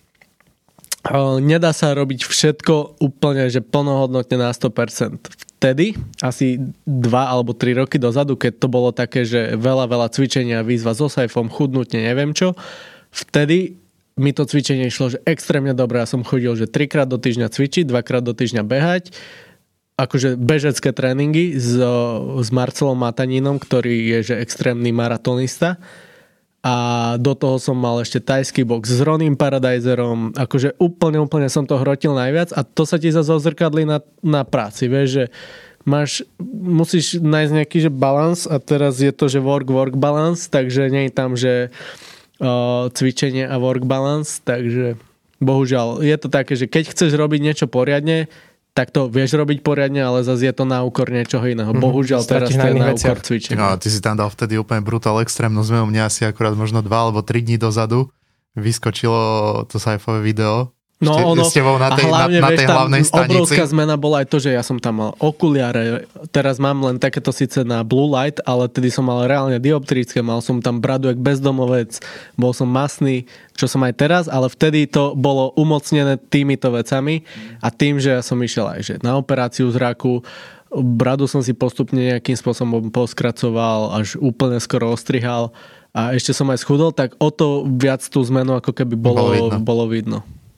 uh, nedá sa robiť všetko úplne, že plnohodnotne na sto percent. Vtedy, asi dva alebo tri roky dozadu, keď to bolo také, že veľa, veľa cvičenia, výzva so sajfom, chudnúť, neviem čo, vtedy mi to cvičenie išlo, že extrémne dobre. Ja som chodil, že trikrát do týždňa cvičiť, dvakrát do týždňa behať. Akože bežecké tréningy s, s Marcelom Matanínom, ktorý je že extrémny maratonista. a do toho som mal ešte tajský box s Ronim Paradiserom, akože úplne, úplne som to hrotil najviac a to sa ti zase ozrkadlí na, na práci, vieš, že máš, musíš nájsť nejaký že balans a teraz je to, že work-work balance, takže nie je tam, že uh, cvičenie a work balance, takže bohužiaľ je to také, že keď chceš robiť niečo poriadne, tak to vieš robiť poriadne, ale zase je to na úkor niečoho iného. Bohužiaľ teraz to je na úkor cvičenia. No, ty si tam dal vtedy úplne brutál extrémnu zmenu. Mne asi akurát možno dva alebo tri dní dozadu vyskočilo to sci-fi video. No Ste, ono, s tebou na tej, a hlavne, na, na tej vieš, tam hlavnej stanici. Obrovská zmena bola aj to, že ja som tam mal okuliare. Teraz mám len takéto síce na blue light, ale tedy som mal reálne dioptrické. Mal som tam bradu jak bezdomovec. Bol som masný, čo som aj teraz, ale vtedy to bolo umocnené týmito vecami a tým, že ja som išiel aj že na operáciu zraku, bradu som si postupne nejakým spôsobom poskracoval, až úplne skoro ostrihal a ešte som aj schudol, tak o to viac tú zmenu ako keby bolo, bolo vidno. Bolo vidno.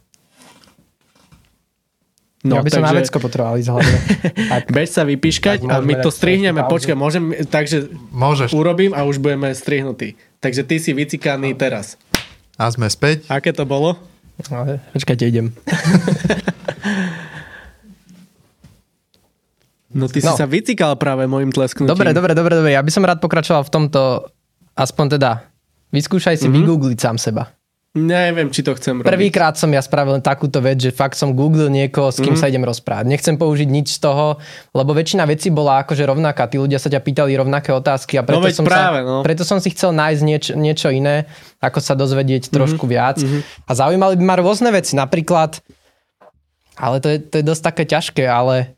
No, ja by som takže... na vecko potreboval ísť hlavne. Bež sa vypíškať a my to strihneme. Počkaj, môžem, takže Môžeš. urobím a už budeme strihnutí. Takže ty si vycikaný teraz. A sme späť. Aké to bolo? No, počkajte, idem. No ty no. si sa vycikal práve môjim tlesknutím. Dobre, dobre, dobre, dobre. Ja by som rád pokračoval v tomto, aspoň teda, vyskúšaj si mm-hmm. vygoogliť sám seba. Neviem, či to chcem robiť. Prvýkrát som ja spravil len takúto vec, že fakt som googlil niekoho, s kým mm. sa idem rozprávať. Nechcem použiť nič z toho, lebo väčšina vecí bola akože rovnaká. Tí ľudia sa ťa pýtali rovnaké otázky a preto, no som, práve, sa, no. preto som si chcel nájsť nieč, niečo iné, ako sa dozvedieť mm-hmm. trošku viac. Mm-hmm. A zaujímali by ma rôzne veci. Napríklad, ale to je, to je dosť také ťažké, ale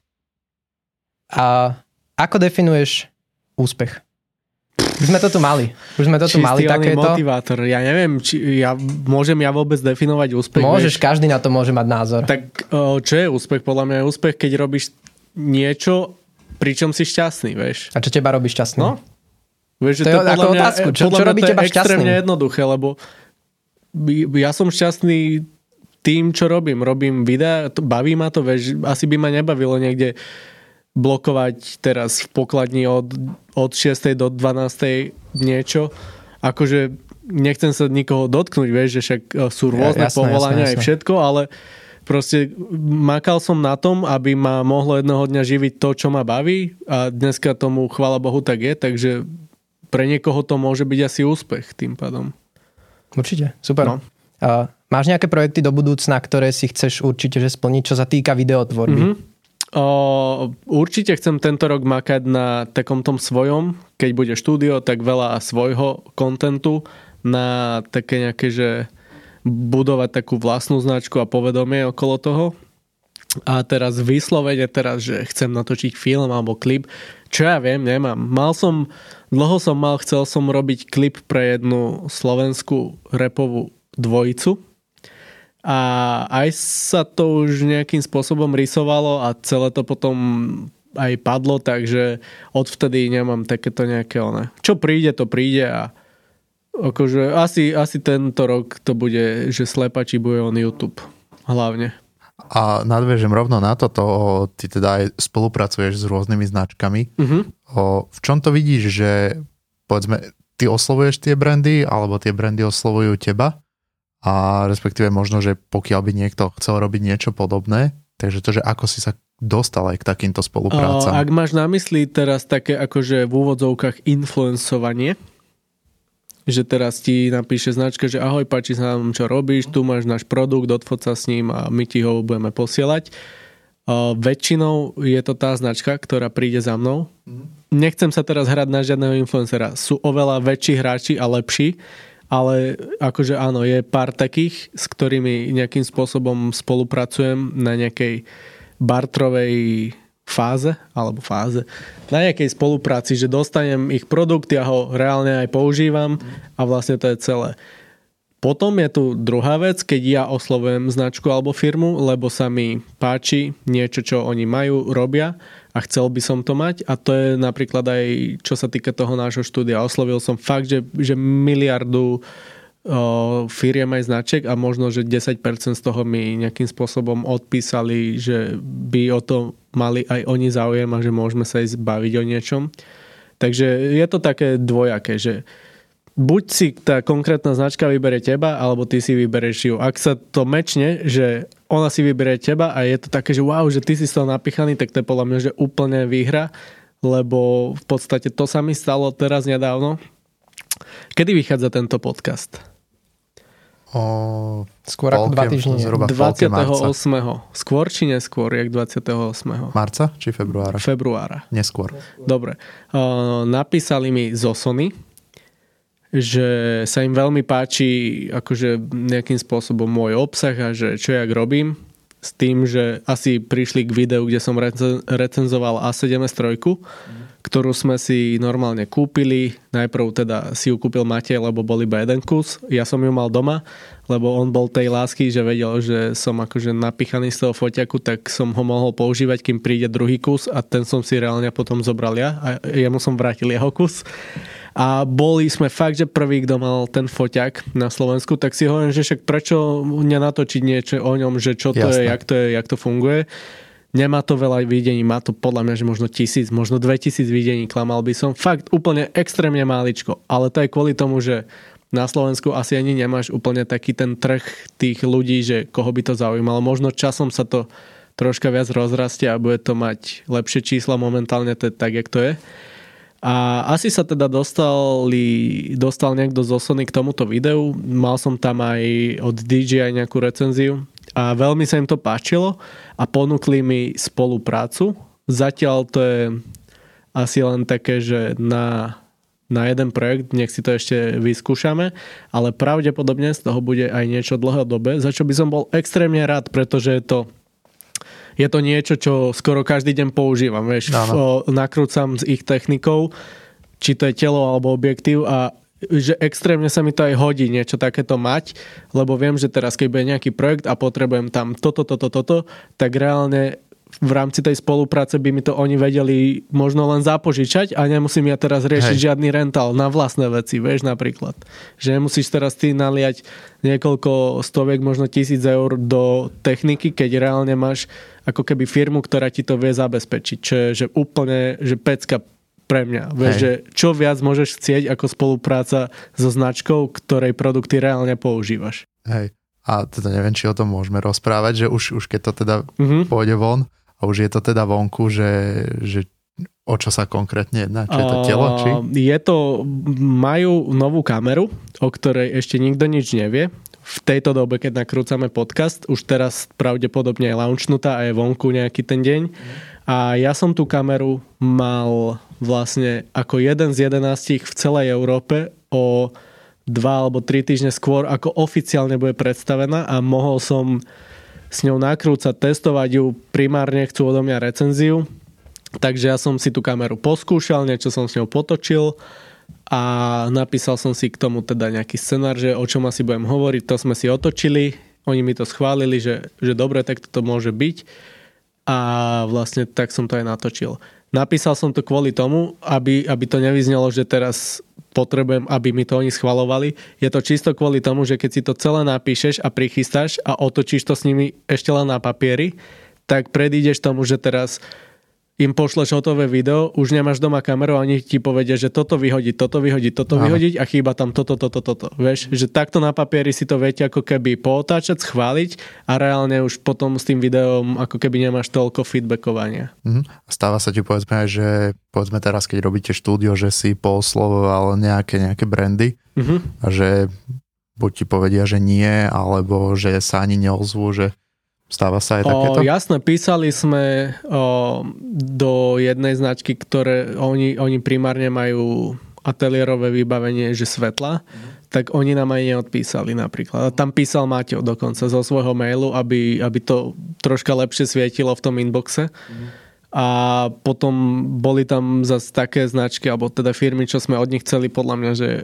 a ako definuješ úspech? Už sme to tu mali. Už sme to tu mali takéto. Motivátor. Ja neviem, či ja, môžem ja vôbec definovať úspech. Môžeš, vieš? Každý na to môže mať názor. Tak čo je úspech? Podľa mňa je úspech, keď robíš niečo, pričom si šťastný, vieš. A čo teba robí šťastný? No? Vieš, že to, to je ako mňa, otázku. Čo, podľa čo mňa robí to teba je šťastný? Extrémne jednoduché, lebo ja som šťastný tým, čo robím. Robím videa, baví ma to, vieš, asi by ma nebavilo niekde blokovať teraz v pokladni od, od šiestej do dvanástej niečo. Akože nechcem sa nikoho dotknúť, vieš, že však sú rôzne ja, jasné, povolania jasné, aj všetko, ale proste makal som na tom, aby ma mohlo jednoho dňa živiť to, čo ma baví a dneska tomu, chvála Bohu, tak je, takže pre niekoho to môže byť asi úspech tým pádom. Určite, super. No. Uh, máš nejaké projekty do budúcna, ktoré si chceš určite že splniť, čo sa týka videotvorby? Mm-hmm. O, určite chcem tento rok makať na takom tom svojom, keď bude štúdio, tak veľa svojho kontentu na také nejaké, že budovať takú vlastnú značku a povedomie okolo toho. A teraz vyslovene teraz, že chcem natočiť film alebo klip, čo ja viem, nemám. Mal som, dlho som mal, chcel som robiť klip pre jednu slovenskú rapovú dvojicu. A aj sa to už nejakým spôsobom rysovalo a celé to potom aj padlo, takže odvtedy nemám takéto nejaké one. Čo príde, to príde a akože asi, asi tento rok to bude, že Slepači bude on YouTube hlavne. A nadviežem rovno na toto, ty teda aj spolupracuješ s rôznymi značkami. Uh-huh. O, v čom to vidíš, že povedzme, ty oslovuješ tie brandy alebo tie brandy oslovujú teba? A respektíve možno, že pokiaľ by niekto chcel robiť niečo podobné, takže to, že ako si sa dostal aj k takýmto spoluprácam. Ak máš na mysli teraz také akože v úvodzovkách influencovanie, že teraz ti napíše značka, že ahoj, páči sa nám, čo robíš, tu máš náš produkt, odfoť sa s ním a my ti ho budeme posielať. Uh, väčšinou je to tá značka, ktorá príde za mnou. Nechcem sa teraz hrať na žiadneho influencera. Sú oveľa väčší hráči a lepší, ale akože áno, je pár takých, s ktorými nejakým spôsobom spolupracujem na nejakej bartrovej fáze, alebo fáze, na nejakej spolupráci, že dostanem ich produkt, ja ho reálne aj používam a vlastne to je celé. Potom je tu druhá vec, keď ja oslovujem značku alebo firmu, lebo sa mi páči niečo, čo oni majú, robia a chcel by som to mať a to je napríklad aj čo sa týka toho nášho štúdia. Oslovil som fakt, že, že miliardu o, firiem aj značiek a možno, že desať percent z toho mi nejakým spôsobom odpísali, že by o to mali aj oni záujem a že môžeme sa ísť baviť o niečom. Takže je to také dvojaké, že buď si tá konkrétna značka vybere teba, alebo ty si vybereš ju. Ak sa to mečne, že ona si vyberie teba a je to také, že wow, že ty si z toho napichaný, tak to je podľa mňa, že úplne výhra, lebo v podstate to sa mi stalo teraz nedávno. Kedy vychádza tento podcast? O... Skôr ako dva týždne. dvadsiateho ôsmeho Skôr či neskôr, jak dvadsiateho ôsmeho Marca či februára? Februára. Neskôr. Dobre. Uh, napísali mi zo Sony, že sa im veľmi páči akože nejakým spôsobom môj obsah a že čo jak robím, s tým, že asi prišli k videu, kde som recenzoval á sedem es tri, ktorú sme si normálne kúpili. Najprv teda si ju kúpil Matej, lebo bol iba jeden kus. Ja som ju mal doma, lebo on bol tej lásky, že vedel, že som akože napichaný z toho foťaku, tak som ho mohol používať, kým príde druhý kus a ten som si reálne potom zobral ja a jemu som vrátil jeho kus. A boli sme fakt, že prvý, kto mal ten foťak na Slovensku, tak si hovorím, že však prečo nenatočiť niečo o ňom, že čo to Jasne. je, jak to je, jak to funguje. Nemá to veľa videní, má to podľa mňa, že možno tisíc, možno dvetisíc videní, klamal by som. Fakt úplne extrémne máličko. Ale to je kvôli tomu, že na Slovensku asi ani nemáš úplne taký ten trh tých ľudí, že koho by to zaujímalo. Možno časom sa to troška viac rozrastie a bude to mať lepšie čísla momentálne, to je tak, jak to je. A asi sa teda dostali, dostal niekto zo Sony k tomuto videu. Mal som tam aj od dé jé aj nejakú recenziu a veľmi sa im to páčilo a ponúkli mi spoluprácu. Zatiaľ to je asi len také, že na, na jeden projekt, nech si to ešte vyskúšame, ale pravdepodobne z toho bude aj niečo dlhodobé, za čo by som bol extrémne rád, pretože je to Je to niečo, čo skoro každý deň používam. Vieš, no. Nakrúcam s ich technikou, či to je telo alebo objektív a že extrémne sa mi to aj hodí niečo takéto mať, lebo viem, že teraz keď bude nejaký projekt a potrebujem tam toto, toto, toto, tak reálne v rámci tej spolupráce by mi to oni vedeli možno len zapožičať a nemusím ja teraz riešiť Hej. žiadny rental na vlastné veci, vieš, napríklad. Že nemusíš teraz ty naliať niekoľko stoviek, možno tisíc eur do techniky, keď reálne máš ako keby firmu, ktorá ti to vie zabezpečiť. Čo je že úplne že pecka pre mňa. Vieš, že čo viac môžeš chcieť ako spolupráca so značkou, ktorej produkty reálne používaš. Hej. A teda neviem, či o tom môžeme rozprávať, že už, už keď to teda mm-hmm. pôjde von a už je to teda vonku, že, že o čo sa konkrétne jedná? Či je to telo? Či? Je to, majú novú kameru, o ktorej ešte nikto nič nevie. V tejto dobe, keď nakrúcame podcast, už teraz pravdepodobne je launchnutá a je vonku nejaký ten deň. A ja som tú kameru mal vlastne ako jeden z jedenástich v celej Európe o dva alebo tri týždne skôr, ako oficiálne bude predstavená a mohol som s ňou nakrúcať, testovať ju, primárne chcú odo mňa recenziu, takže ja som si tú kameru poskúšal, niečo som s ňou potočil a napísal som si k tomu teda nejaký scenár, že o čom asi budem hovoriť, to sme si otočili, oni mi to schválili, že, že dobre, tak to môže byť a vlastne tak som to aj natočil. Napísal som to kvôli tomu, aby, aby to nevyznelo, že teraz potrebujem, aby mi to oni schvalovali. Je to čisto kvôli tomu, že keď si to celé napíšeš a prichystáš a otočíš to s nimi ešte len na papieri, tak predídeš tomu, že teraz im pošleš hotové video, už nemáš doma kameru a oni ti povedia, že toto vyhodiť, toto vyhodiť, toto Aha. vyhodiť a chýba tam toto, toto, toto. Vieš, že takto na papieri si to viete ako keby pootáčať, schváliť a reálne už potom s tým videom ako keby nemáš toľko feedbackovania. Mhm. Stáva sa ti povedzme aj, že povedzme teraz, keď robíte štúdio, že si pooslovoval nejaké, nejaké brandy mhm. a že buď ti povedia, že nie, alebo že sa ani neozvú, že stáva sa aj takéto? O, jasné, písali sme o, do jednej značky, ktoré oni, oni primárne majú ateliérové vybavenie, že svetla, mm. tak oni nám aj neodpísali napríklad. A tam písal Maťo dokonca zo svojho mailu, aby, aby to troška lepšie svietilo v tom inboxe. Mm. A potom boli tam zase také značky, alebo teda firmy, čo sme od nich chceli podľa mňa, že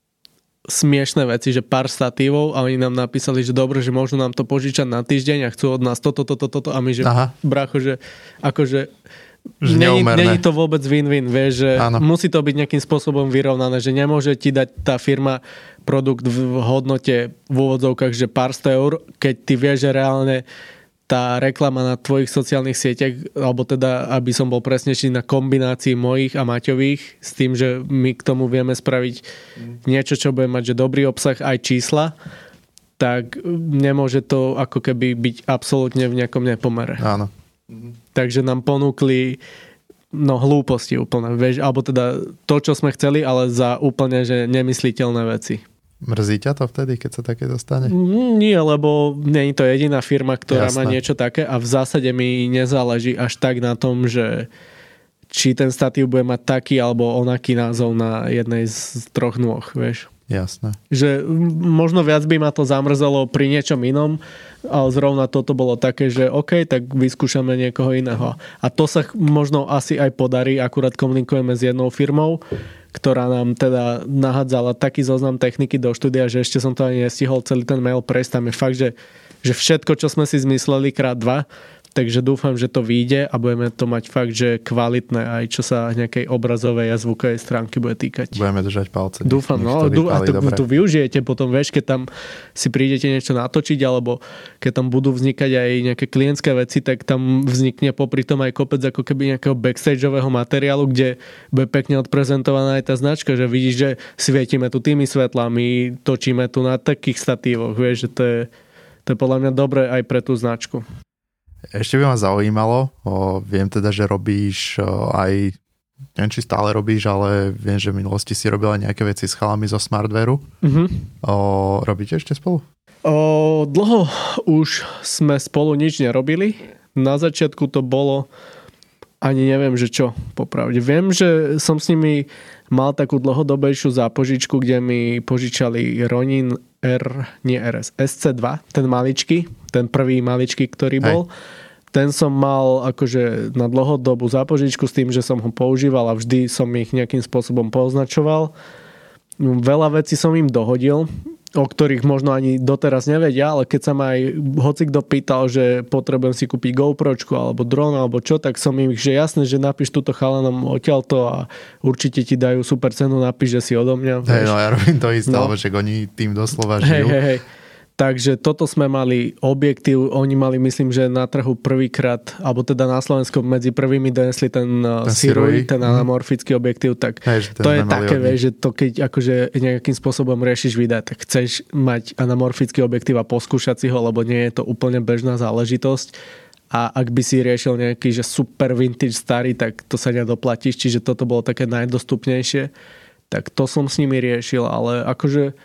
smiešné veci, že pár statívov a oni nám napísali, že dobre, že môžu nám to požičať na týždeň a chcú od nás toto, toto, toto a my, že Aha. bracho, že akože není, není to vôbec win-win, vieš, že Áno. musí to byť nejakým spôsobom vyrovnané, že nemôže ti dať tá firma produkt v hodnote v úvodzovkách, že pár sto eur, keď ty vieš, že reálne tá reklama na tvojich sociálnych sieťach, alebo teda, aby som bol presnejší na kombinácii mojich a Maťových, s tým, že my k tomu vieme spraviť niečo, čo bude mať že dobrý obsah, aj čísla, tak nemôže to ako keby byť absolútne v nejakom nepomere. Áno. Takže nám ponúkli no hlúposti úplne, vieš, alebo teda to, čo sme chceli, ale za úplne že nemysliteľné veci. Mrzí ťa to vtedy, keď sa také dostane? Nie, lebo nie je to jediná firma, ktorá Jasné. má niečo také a v zásade mi nezáleží až tak na tom, že či ten statív bude mať taký alebo onaký názov na jednej z troch nôh, vieš. Jasné. Že možno viac by ma to zamrzelo pri niečom inom, ale zrovna toto bolo také, že OK, tak vyskúšame niekoho iného. A to sa možno asi aj podarí, akurát komunikujeme s jednou firmou, ktorá nám teda nahádzala taký zoznam techniky do štúdia, že ešte som to ani nestihol celý ten mail prejsť. Tam je fakt, že, že všetko, čo sme si zmysleli krát dva, takže dúfam, že to vyjde a budeme to mať fakt, že kvalitné aj čo sa nejakej obrazovej a zvukovej stránky bude týkať. Budeme držať palce. Dúfam, no. To A to, to využijete potom, vieš, keď tam si prídete niečo natočiť, alebo keď tam budú vznikať aj nejaké klientské veci, tak tam vznikne popri tom aj kopec ako keby nejakého backstageového materiálu, kde bude pekne odprezentovaná aj tá značka, že vidíš, že svietime tu tými svetlami, točíme tu na takých statívoch, vieš, že to je, to je podľa mňa dobré aj pre tú značku. Ešte by ma zaujímalo, o, viem teda, že robíš o, aj, neviem, či stále robíš, ale viem, že v minulosti si robil aj nejaké veci s chalami zo Smartwareu. Mm-hmm. O, robíte ešte spolu? O, dlho už sme spolu nič nerobili. Na začiatku to bolo ani neviem, že čo, popravde. Viem, že som s nimi mal takú dlhodobejšiu zápožičku, kde mi požičali Ronin R, nie er es, es cé dva, ten maličký, ten prvý maličký, ktorý bol. Hej. Ten som mal akože na dlhodobú zápožičku s tým, že som ho používal a vždy som ich nejakým spôsobom poznačoval. Veľa vecí som im dohodil, o ktorých možno ani doteraz nevedia, ale keď sa ma aj hocikto pýtal, že potrebujem si kúpiť GoPročku alebo dron alebo čo, tak som im, že jasné, že napíš túto chalanom odtiaľto a určite ti dajú super cenu, napíš, že si odo mňa. Hej, no ja robím to isté, no. Lebo však oni tým doslova žijú. Hej, hej, hej. Takže toto sme mali objektív, oni mali, myslím, že na trhu prvýkrát, alebo teda na Slovensku medzi prvými donesli ten, ten Sirui, ten anamorfický objektív, tak Hej, to je také, vieš, že to keď akože nejakým spôsobom riešiš videa, tak chceš mať anamorfický objektív a poskúšať si ho, lebo nie je to úplne bežná záležitosť. A ak by si riešil nejaký že super vintage starý, tak to sa nedoplatíš, čiže toto bolo také najdostupnejšie. Tak to som s nimi riešil, ale akože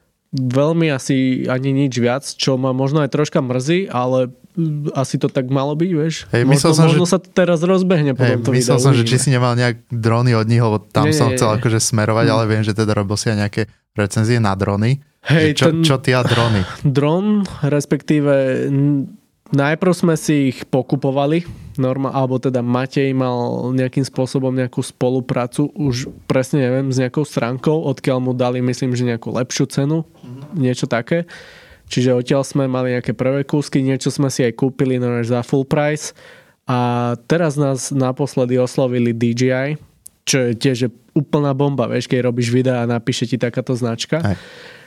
veľmi asi ani nič viac, čo ma možno aj troška mrzí, ale asi to tak malo byť, vieš. Hej, možno som, možno že... sa to teraz rozbehne po tomto videu. Myslel som, že či si nemal nejak drony od nich, lebo tam nie, som nie, chcel nie. akože smerovať, ale viem, že teda robil si aj nejaké recenzie na drony. Hej, čo, ten... čo ty a drony? Dron, respektíve najprv sme si ich pokupovali, norma, alebo teda Matej mal nejakým spôsobom nejakú spoluprácu, už presne neviem, s nejakou stránkou, odkiaľ mu dali, myslím, že nejakú lepšiu cenu, mm-hmm. niečo také. Čiže odtiaľ sme mali nejaké prvé kúsky, niečo sme si aj kúpili no za full price a teraz nás naposledy oslovili dé jé í, čo je tiež úplná bomba, vieš, keď robíš videa a napíše ti takáto značka. Aj.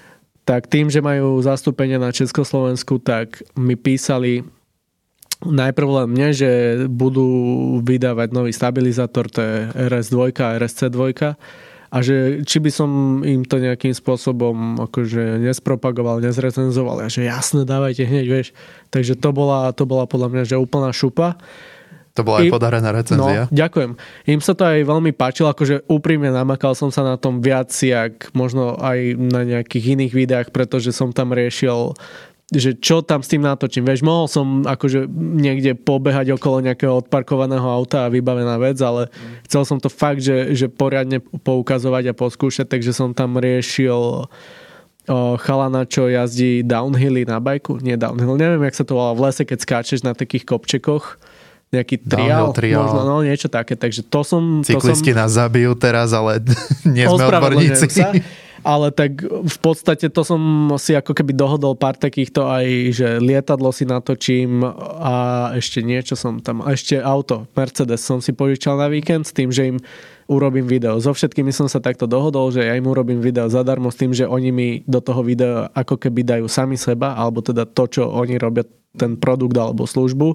Tak tým, že majú zastúpenie na Československu, tak mi písali najprv len mne, že budú vydávať nový stabilizátor, to je er es dva a er es cé dva a že či by som im to nejakým spôsobom akože nespropagoval, nezrecenzoval. A že jasne, dávajte hneď, vieš. Takže to bola, to bola podľa mňa že úplná šupa. To bola aj I, podarená recenzia. No, ďakujem. Im sa to aj veľmi páčilo, akože úprimne namakal som sa na tom viac, jak možno aj na nejakých iných videách, pretože som tam riešil, že čo tam s tým natočím. Vieš, mohol som akože niekde pobehať okolo nejakého odparkovaného auta a vybavená vec, ale mm. chcel som to fakt, že, že poriadne poukazovať a poskúšať, takže som tam riešil o, chalana, čo jazdí downhilly na bajku. Nie downhill, neviem, jak sa to volá v lese, keď skáčeš na takých kopčekoch. Nejaký triál, možno, no niečo také. Takže to som... Cyklisti to som... nás zabijú teraz, ale nie sme odborníci. Sa, ale tak v podstate to som si ako keby dohodol pár takýchto aj, že lietadlo si natočím a ešte niečo som tam... A ešte auto, Mercedes som si požičal na víkend s tým, že im urobím video. So všetkými som sa takto dohodol, že ja im urobím video zadarmo s tým, že oni mi do toho videa ako keby dajú sami seba, alebo teda to, čo oni robia, ten produkt alebo službu.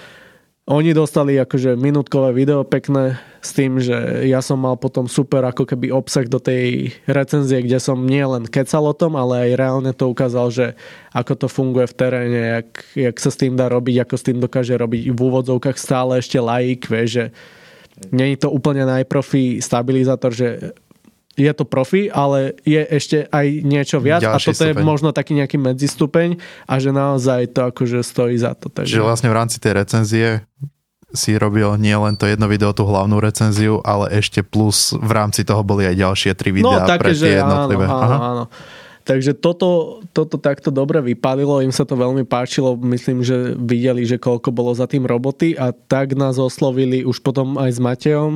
Oni dostali akože minútkové video pekné s tým, že ja som mal potom super ako keby obsah do tej recenzie, kde som nie len kecal o tom, ale aj reálne to ukázal, že ako to funguje v teréne, jak, jak sa s tým dá robiť, ako s tým dokáže robiť v úvodzovkách stále ešte laik, vieš, že nie je to úplne najprofi stabilizátor, že je to profi, ale je ešte aj niečo viac. Ďalší a toto stupeň. Je možno taký nejaký medzistupeň a že naozaj to akože stojí za to. Takže... Čiže vlastne v rámci tej recenzie si robil nie len to jedno video, tú hlavnú recenziu, ale ešte plus v rámci toho boli aj ďalšie tri videá no, také, pre tie jednotlivé. Áno, áno, áno. Takže toto, toto takto dobre vypálilo, im sa to veľmi páčilo, myslím, že videli, že koľko bolo za tým roboty a tak nás oslovili už potom aj s Matejom,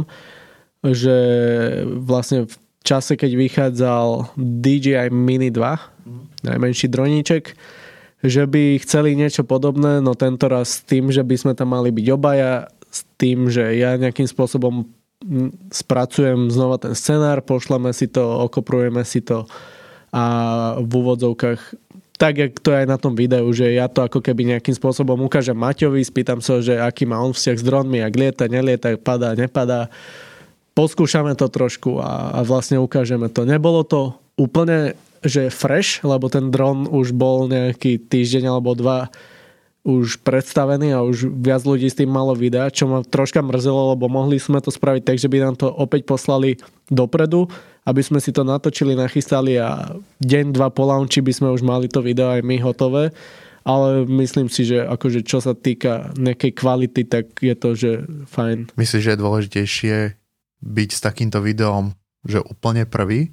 že vlastne v čase, keď vychádzal dé jé í Mini dva, mm. najmenší droníček, že by chceli niečo podobné, no tento raz s tým, že by sme tam mali byť obaja, s tým, že ja nejakým spôsobom spracujem znova ten scenár, pošleme si to, okoprujeme si to a v úvodzovkách tak, jak to je aj na tom videu, že ja to ako keby nejakým spôsobom ukážem Maťovi, spýtam sa, že aký má on vzťah s dronmi, ak lieta, nelieta, padá, nepadá. Poskúšame to trošku a, a vlastne ukážeme to. Nebolo to úplne, že fresh, lebo ten dron už bol nejaký týždeň alebo dva už predstavený a už viac ľudí s tým malo videa, čo ma troška mrzelo, lebo mohli sme to spraviť tak, že by nám to opäť poslali dopredu, aby sme si to natočili, nachystali a deň, dva po launchi by sme už mali to video aj my hotové. Ale myslím si, že akože čo sa týka nejakej kvality, tak je to, že fajn. Myslíš, že je dôležitejšie byť s takýmto videom, že úplne prvý,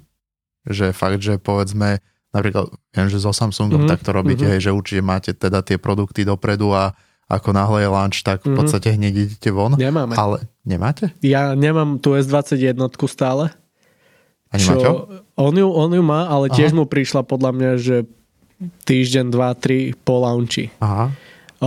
že fakt, že povedzme, napríklad, viem, že so Samsungom mm-hmm. tak to robíte, mm-hmm. hej, že určite máte teda tie produkty dopredu a ako náhle je launch, tak v podstate hneď idete von. Nemáme. Ale nemáte? Ja nemám tú es dvadsaťjeden stále. Ani Maťo? On ju, on ju má, ale Aha. tiež mu prišla podľa mňa, že týždeň, dva, tri po launchi. Aha. O,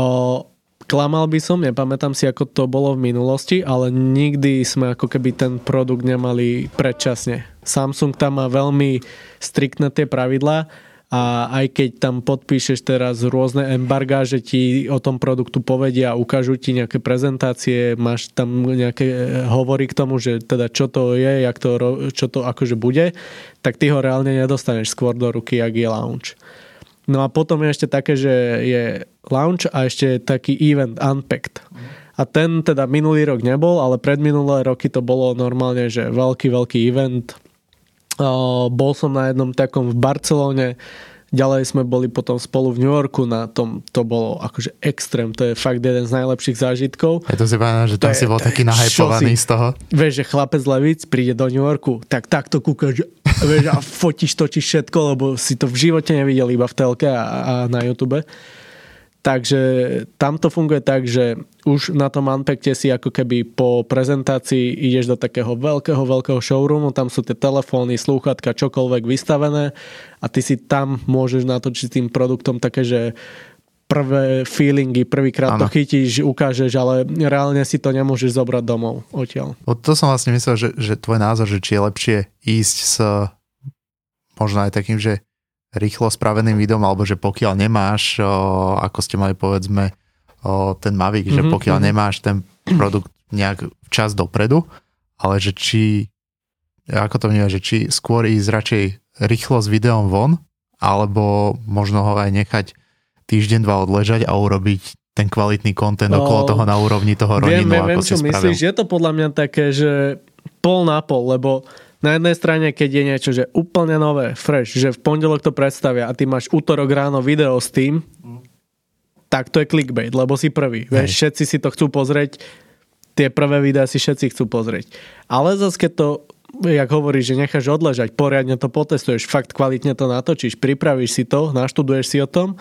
klamal by som, nepamätám si, ako to bolo v minulosti, ale nikdy sme ako keby ten produkt nemali predčasne. Samsung tam má veľmi striktné tie pravidlá a aj keď tam podpíšeš teraz rôzne embargá, že ti o tom produktu povedia, ukážu ti nejaké prezentácie, máš tam nejaké hovory k tomu, že teda čo to je, jak to, čo to akože bude, tak ty ho reálne nedostaneš skôr do ruky, jak je launch. No a potom je ešte také, že je launch a ešte taký event Unpacked. A ten teda minulý rok nebol, ale predminulé roky to bolo normálne, že veľký, veľký event. Uh, bol som na jednom takom v Barcelone, ďalej sme boli potom spolu v New Yorku na tom, to bolo akože extrém, to je fakt jeden z najlepších zážitkov. Ja to si pamätám, že tam si bol taký nahypovaný z toho. Vieš, že chlapec Levic príde do New Yorku, tak takto kúkaš, vieš, a fotíš, točíš všetko, lebo si to v živote nevidel iba v telke a, a na YouTube. Takže tam to funguje tak, že už na tom Unpackte si ako keby po prezentácii ideš do takého veľkého, veľkého showroomu, tam sú tie telefóny, slúchatka, čokoľvek vystavené a ty si tam môžeš natočiť tým produktom také, že prvé feelingy, prvýkrát to chytíš, ukážeš, ale reálne si to nemôžeš zobrať domov odtiaľ. O to som vlastne myslel, že, že tvoj názor, že či je lepšie ísť s možno aj takým, že rýchlo spraveným videom, alebo že pokiaľ nemáš, o, ako ste mali povedzme, o, ten Mavic, mm-hmm, že pokiaľ mm-hmm. nemáš ten produkt nejak čas dopredu, ale že či, ako to vnímaš, že či skôr ísť radšej rýchlo s videom von, alebo možno ho aj nechať týždeň, dva odležať a urobiť ten kvalitný content no, okolo toho na úrovni toho rodinu, viem, ako viem, si čo spravil. Myslíš, je to podľa mňa také, že pol na pol, lebo na jednej strane, keď je niečo, že úplne nové, fresh, že v pondelok to predstavia a ty máš útorok ráno video s tým, mm. tak to je clickbait, lebo si prvý. Vieš, všetci si to chcú pozrieť, tie prvé videá si všetci chcú pozrieť. Ale zase keď to, jak hovoríš, že necháš odležať, poriadne to potestuješ, fakt kvalitne to natočíš, pripravíš si to, naštuduješ si o tom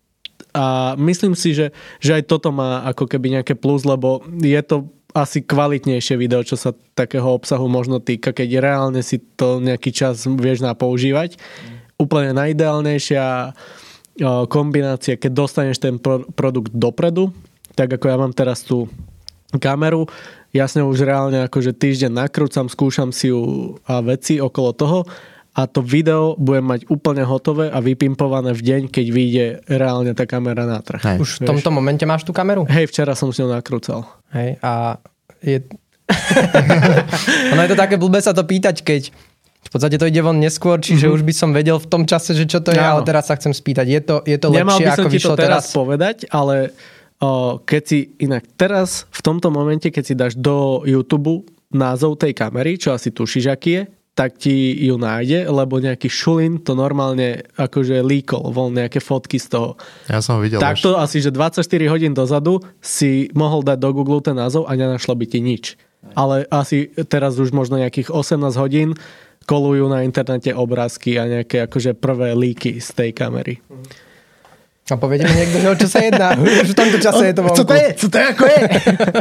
a myslím si, že, že aj toto má ako keby nejaké plus, lebo je to asi kvalitnejšie video, čo sa takého obsahu možno týka, keď reálne si to nejaký čas vieš napoužívať. Mm. Úplne najideálnejšia kombinácia, keď dostaneš ten pro- produkt dopredu, tak ako ja mám teraz tú kameru, jasne už reálne akože týždeň nakrúcam, skúšam si ju a veci okolo toho a to video budem mať úplne hotové a vypimpované v deň, keď vyjde reálne tá kamera na trh. Hej. Už v tomto momente máš tú kameru? Hej, včera som si ju nakrúcal. Hej, a je... ono je to také blbé sa to pýtať, keď v podstate to ide von neskôr, čiže mm-hmm. už by som vedel v tom čase, že čo to je, ale teraz sa chcem spýtať. Je to, je to Nemal lepšie, by som ako ti vyšlo to teraz? teraz? povedať, ale o, keď si inak teraz, v tomto momente, keď si dáš do YouTube názov tej kamery, čo asi tušíš, aký je, tak ti ju nájde, lebo nejaký šulín to normálne akože líkol, vol nejaké fotky z toho. Ja som videl. Takto asi, že dvadsaťštyri hodín dozadu si mohol dať do Google ten názov a nenašlo by ti nič. Ale asi teraz už možno nejakých osemnásť hodín kolujú na internete obrázky a nejaké akože prvé líky z tej kamery. A povedeme niekto, že o čo sa jedná. Už v tomto čase je to vonku. Co to je? Co to je? Ako je?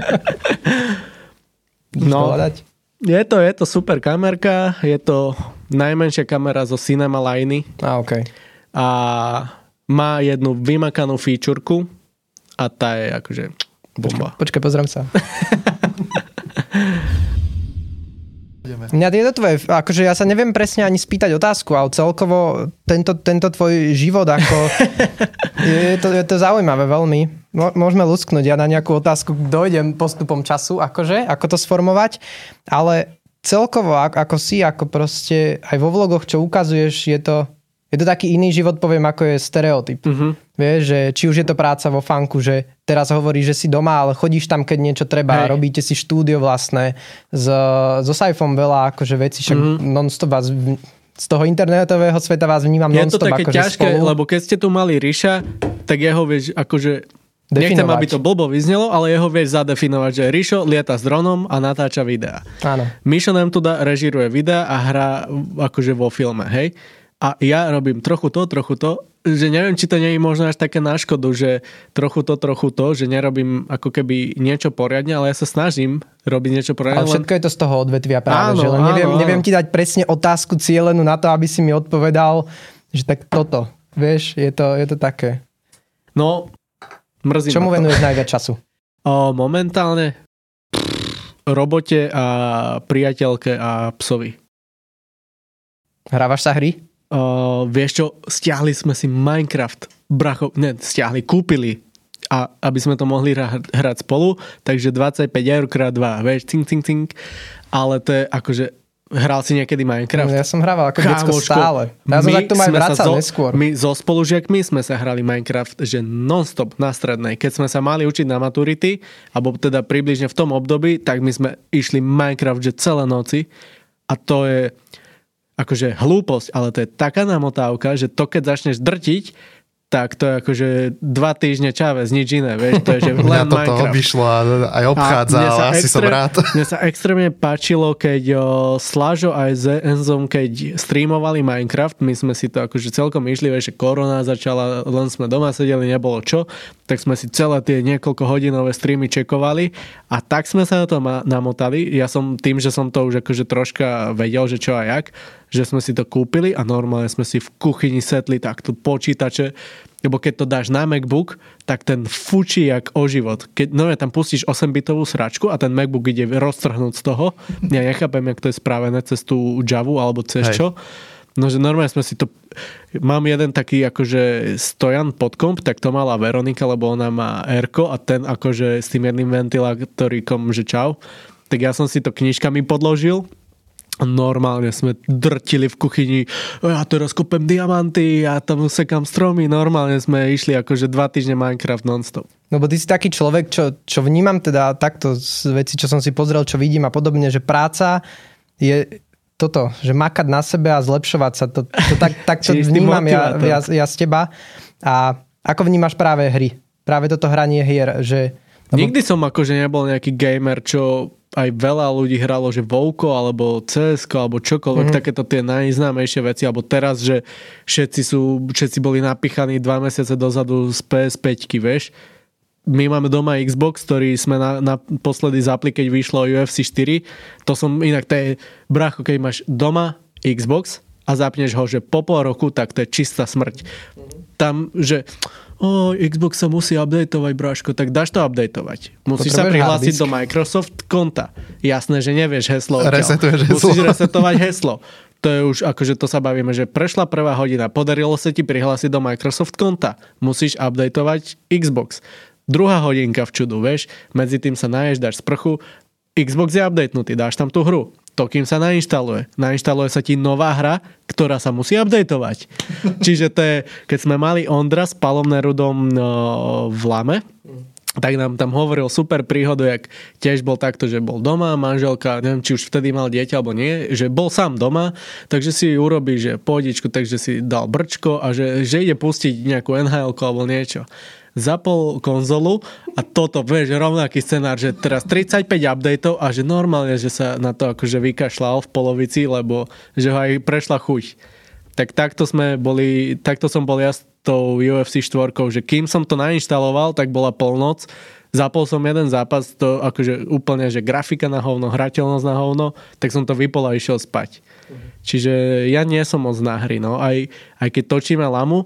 No, je to, je to super kamerka. Je to najmenšia kamera zo Cinema Line. A okej. Okay. A má jednu vymakanú featureku a tá je akože bomba. Počkaj, pozriem sa. Mňa tieto tvoje, akože ja sa neviem presne ani spýtať otázku, ale celkovo tento, tento tvoj život, ako je to, je to zaujímavé veľmi. Môžeme lusknúť, ja na nejakú otázku dojdem postupom času, akože, ako to sformovať, ale celkovo, ako si, ako proste aj vo vlogoch, čo ukazuješ, je to, je to taký iný život, poviem, ako je stereotyp. Uh-huh. Vieš, že či už je to práca vo funku, že teraz hovoríš, že si doma, ale chodíš tam, keď niečo treba, hej. Robíte si štúdio vlastné, s, so Saifom veľa akože veci, však uh-huh. non-stop vás, z toho internetového sveta vás vnímam je non-stop. Je to také akože ťažké, spolu. Lebo keď ste tu mali Ríša, tak jeho vieš, akože definovať. Nechcem, aby to blbo vyznelo, ale jeho vieš zadefinovať, že Ríšo lieta s dronom a natáča videá. Áno. Mišo nám tu režiruje videá a hrá akože vo filme, hej? A ja robím trochu to, trochu to, že neviem, či to nie je možno až také na škodu, že trochu to, trochu to, že nerobím ako keby niečo poriadne, ale ja sa snažím robiť niečo poriadne. Ale všetko len... je to z toho odvetvia práve, áno, že len neviem, áno, neviem áno. ti dať presne otázku cielenú na to, aby si mi odpovedal, že tak toto, vieš, je to, je to také. No, mrzí Čomu venuješ najviac času? O, momentálne pff, robote a priateľke a psovi. Hrávaš sa hry? Uh, vieš čo, stiahli sme si Minecraft, bracho, ne, stiahli, kúpili, a aby sme to mohli hra, hrať spolu, takže dvadsaťpäť eur krát dva, vieš, cink, cink, cink, ale to je akože, hral si niekedy Minecraft? Ja som hrával ako decko stále. Ja som takto aj vracal neskôr. My so spolužiakmi sme sa hrali Minecraft, že non-stop na strednej. Keď sme sa mali učiť na maturity, alebo teda približne v tom období, tak my sme išli Minecraft, že celé noci, a to je akože hlúposť, ale to je taká namotávka, že to keď začneš drtiť, tak to je akože dva týždne čávez, nič iné, vieš, to je, že len Minecraft. Mňa toto obišlo a aj obchádza, ale asi som rád. Mne sa extrémne páčilo, keď o, Slažo aj s Enzom, keď streamovali Minecraft, my sme si to akože celkom išli, vieš, že korona začala, len sme doma sedeli, nebolo čo, tak sme si celé tie niekoľko hodinové streamy čekovali a tak sme sa na to ma- namotali. Ja som tým, že som to už akože troška vedel, že čo a jak, že sme si to kúpili a normálne sme si v kuchyni setli takto počítače, lebo keď to dáš na MacBook, tak ten fučí jak o život. Keď no, tam pustíš osembitovú sračku a ten MacBook ide roztrhnúť z toho, ja nechápem, jak to je spravené cez tú Javu alebo cez Hej. čo. No, že normálne sme si to... Mám jeden taký akože stojan pod komp, tak to mala Veronika, lebo ona má Airko a ten akože s tým jedným ventilátorikom, že čau. Tak ja som si to knižkami podložil. Normálne sme drtili v kuchyni, ja teraz kopem diamanty, ja tam sekám stromy, normálne sme išli akože dva týždne Minecraft non-stop. No bo ty si taký človek, čo, čo vnímam teda takto z veci, čo som si pozrel, čo vidím a podobne, že práca je toto, že makať na sebe a zlepšovať sa, to, to tak, tak to vnímam ja, ja, ja z teba. A ako vnímaš práve hry? Práve toto hranie hier, že... Lebo... Nikdy som akože nebol nejaký gamer, čo aj veľa ľudí hralo, že WoWko alebo cé es ko alebo čokoľvek, mm-hmm. takéto tie najznámejšie veci, alebo teraz, že všetci sú, všetci boli napichaní dva mesiace dozadu z pé es päť, vieš. My máme doma Xbox, ktorý sme na, na posledy zapli, keď vyšlo ú ef cé štyri. To som inak, to je bracho, keď máš doma Xbox a zapneš ho, že po pol roku, tak to je čistá smrť. Tam, že o, Xbox sa musí updateovať, bráško, tak dáš to updateovať. Musíš sa prihlásiť do Microsoft konta. Jasné, že nevieš heslo. Resetuješ heslo. Musíš resetovať heslo. To je už, akože to sa bavíme, že prešla prvá hodina, podarilo sa ti prihlásiť do Microsoft konta, musíš updateovať Xbox. Druhá hodinka v čudu, vieš, medzi tým sa naješ, dáš sprchu, Xbox je updatenutý, dáš tam tú hru. To, kým sa nainštaluje. Nainštaluje sa ti nová hra, ktorá sa musí updateovať. Čiže to je, keď sme mali Ondra s Palom Nerudom no, v Lame, tak nám tam hovoril super príhodu, jak tiež bol takto, že bol doma, manželka, neviem, či už vtedy mal dieťa alebo nie, že bol sám doma, takže si urobí, že pohodičku, takže si dal brčko a že, že ide pustiť nejakú en há elku alebo niečo. Zapol konzolu a toto, vieš, rovnaký scenár, že teraz tridsaťpäť updateov a že normálne, že sa na to akože vykašľal v polovici, lebo že ho aj prešla chuť. Tak takto sme boli, takto som bol ja s tou ú ef cé štvorkou, že kým som to nainštaloval, tak bola polnoc, zapol som jeden zápas, to akože úplne, že grafika na hovno, hrateľnosť na hovno, tak som to vypol a išiel spať. Mhm. Čiže ja nie som moc na hry, no. Aj, aj keď točíme Lamu,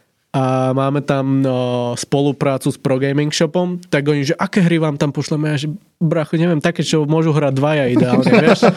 a máme tam no, spoluprácu s Pro Gaming Shopom, tak oni, že aké hry vám tam pošleme? Ja, že bracho, neviem, také, čo môžu hrať dvaja ideálne, vieš?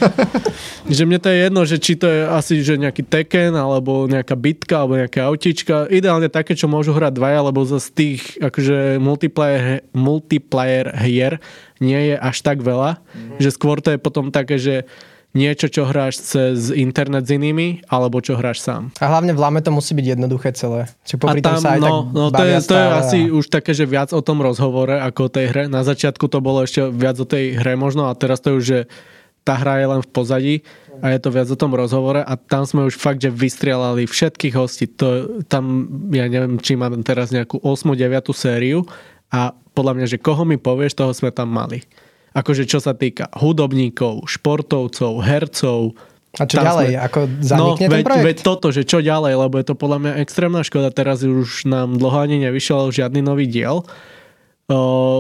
Že mne to je jedno, že či to je asi že nejaký Tekken, alebo nejaká bitka, alebo nejaká autička. Ideálne také, čo môžu hrať dvaja, lebo z tých akože multiplayer, multiplayer hier nie je až tak veľa, mm-hmm. že skôr to je potom také, že niečo, čo hráš cez internet s inými, alebo čo hráš sám. A hlavne v Lame to musí byť jednoduché celé. Čiže popri tam, tom sa aj no, tak no, to je, to je asi už také, že viac o tom rozhovore ako o tej hre. Na začiatku to bolo ešte viac o tej hre možno a teraz to je už, že tá hra je len v pozadí a je to viac o tom rozhovore a tam sme už fakt, že vystrielali všetkých hostí. To, tam, ja neviem, či mám teraz nejakú ôsmu deviatu sériu a podľa mňa, že koho mi povieš, toho sme tam mali. Akože čo sa týka hudobníkov, športovcov, hercov. A čo ďalej? Sme... Ako zanikne no, ten projekt? Veď toto, že čo ďalej, lebo je to podľa mňa extrémna škoda. Teraz už nám dlho ani nevyšiel žiadny nový diel. O,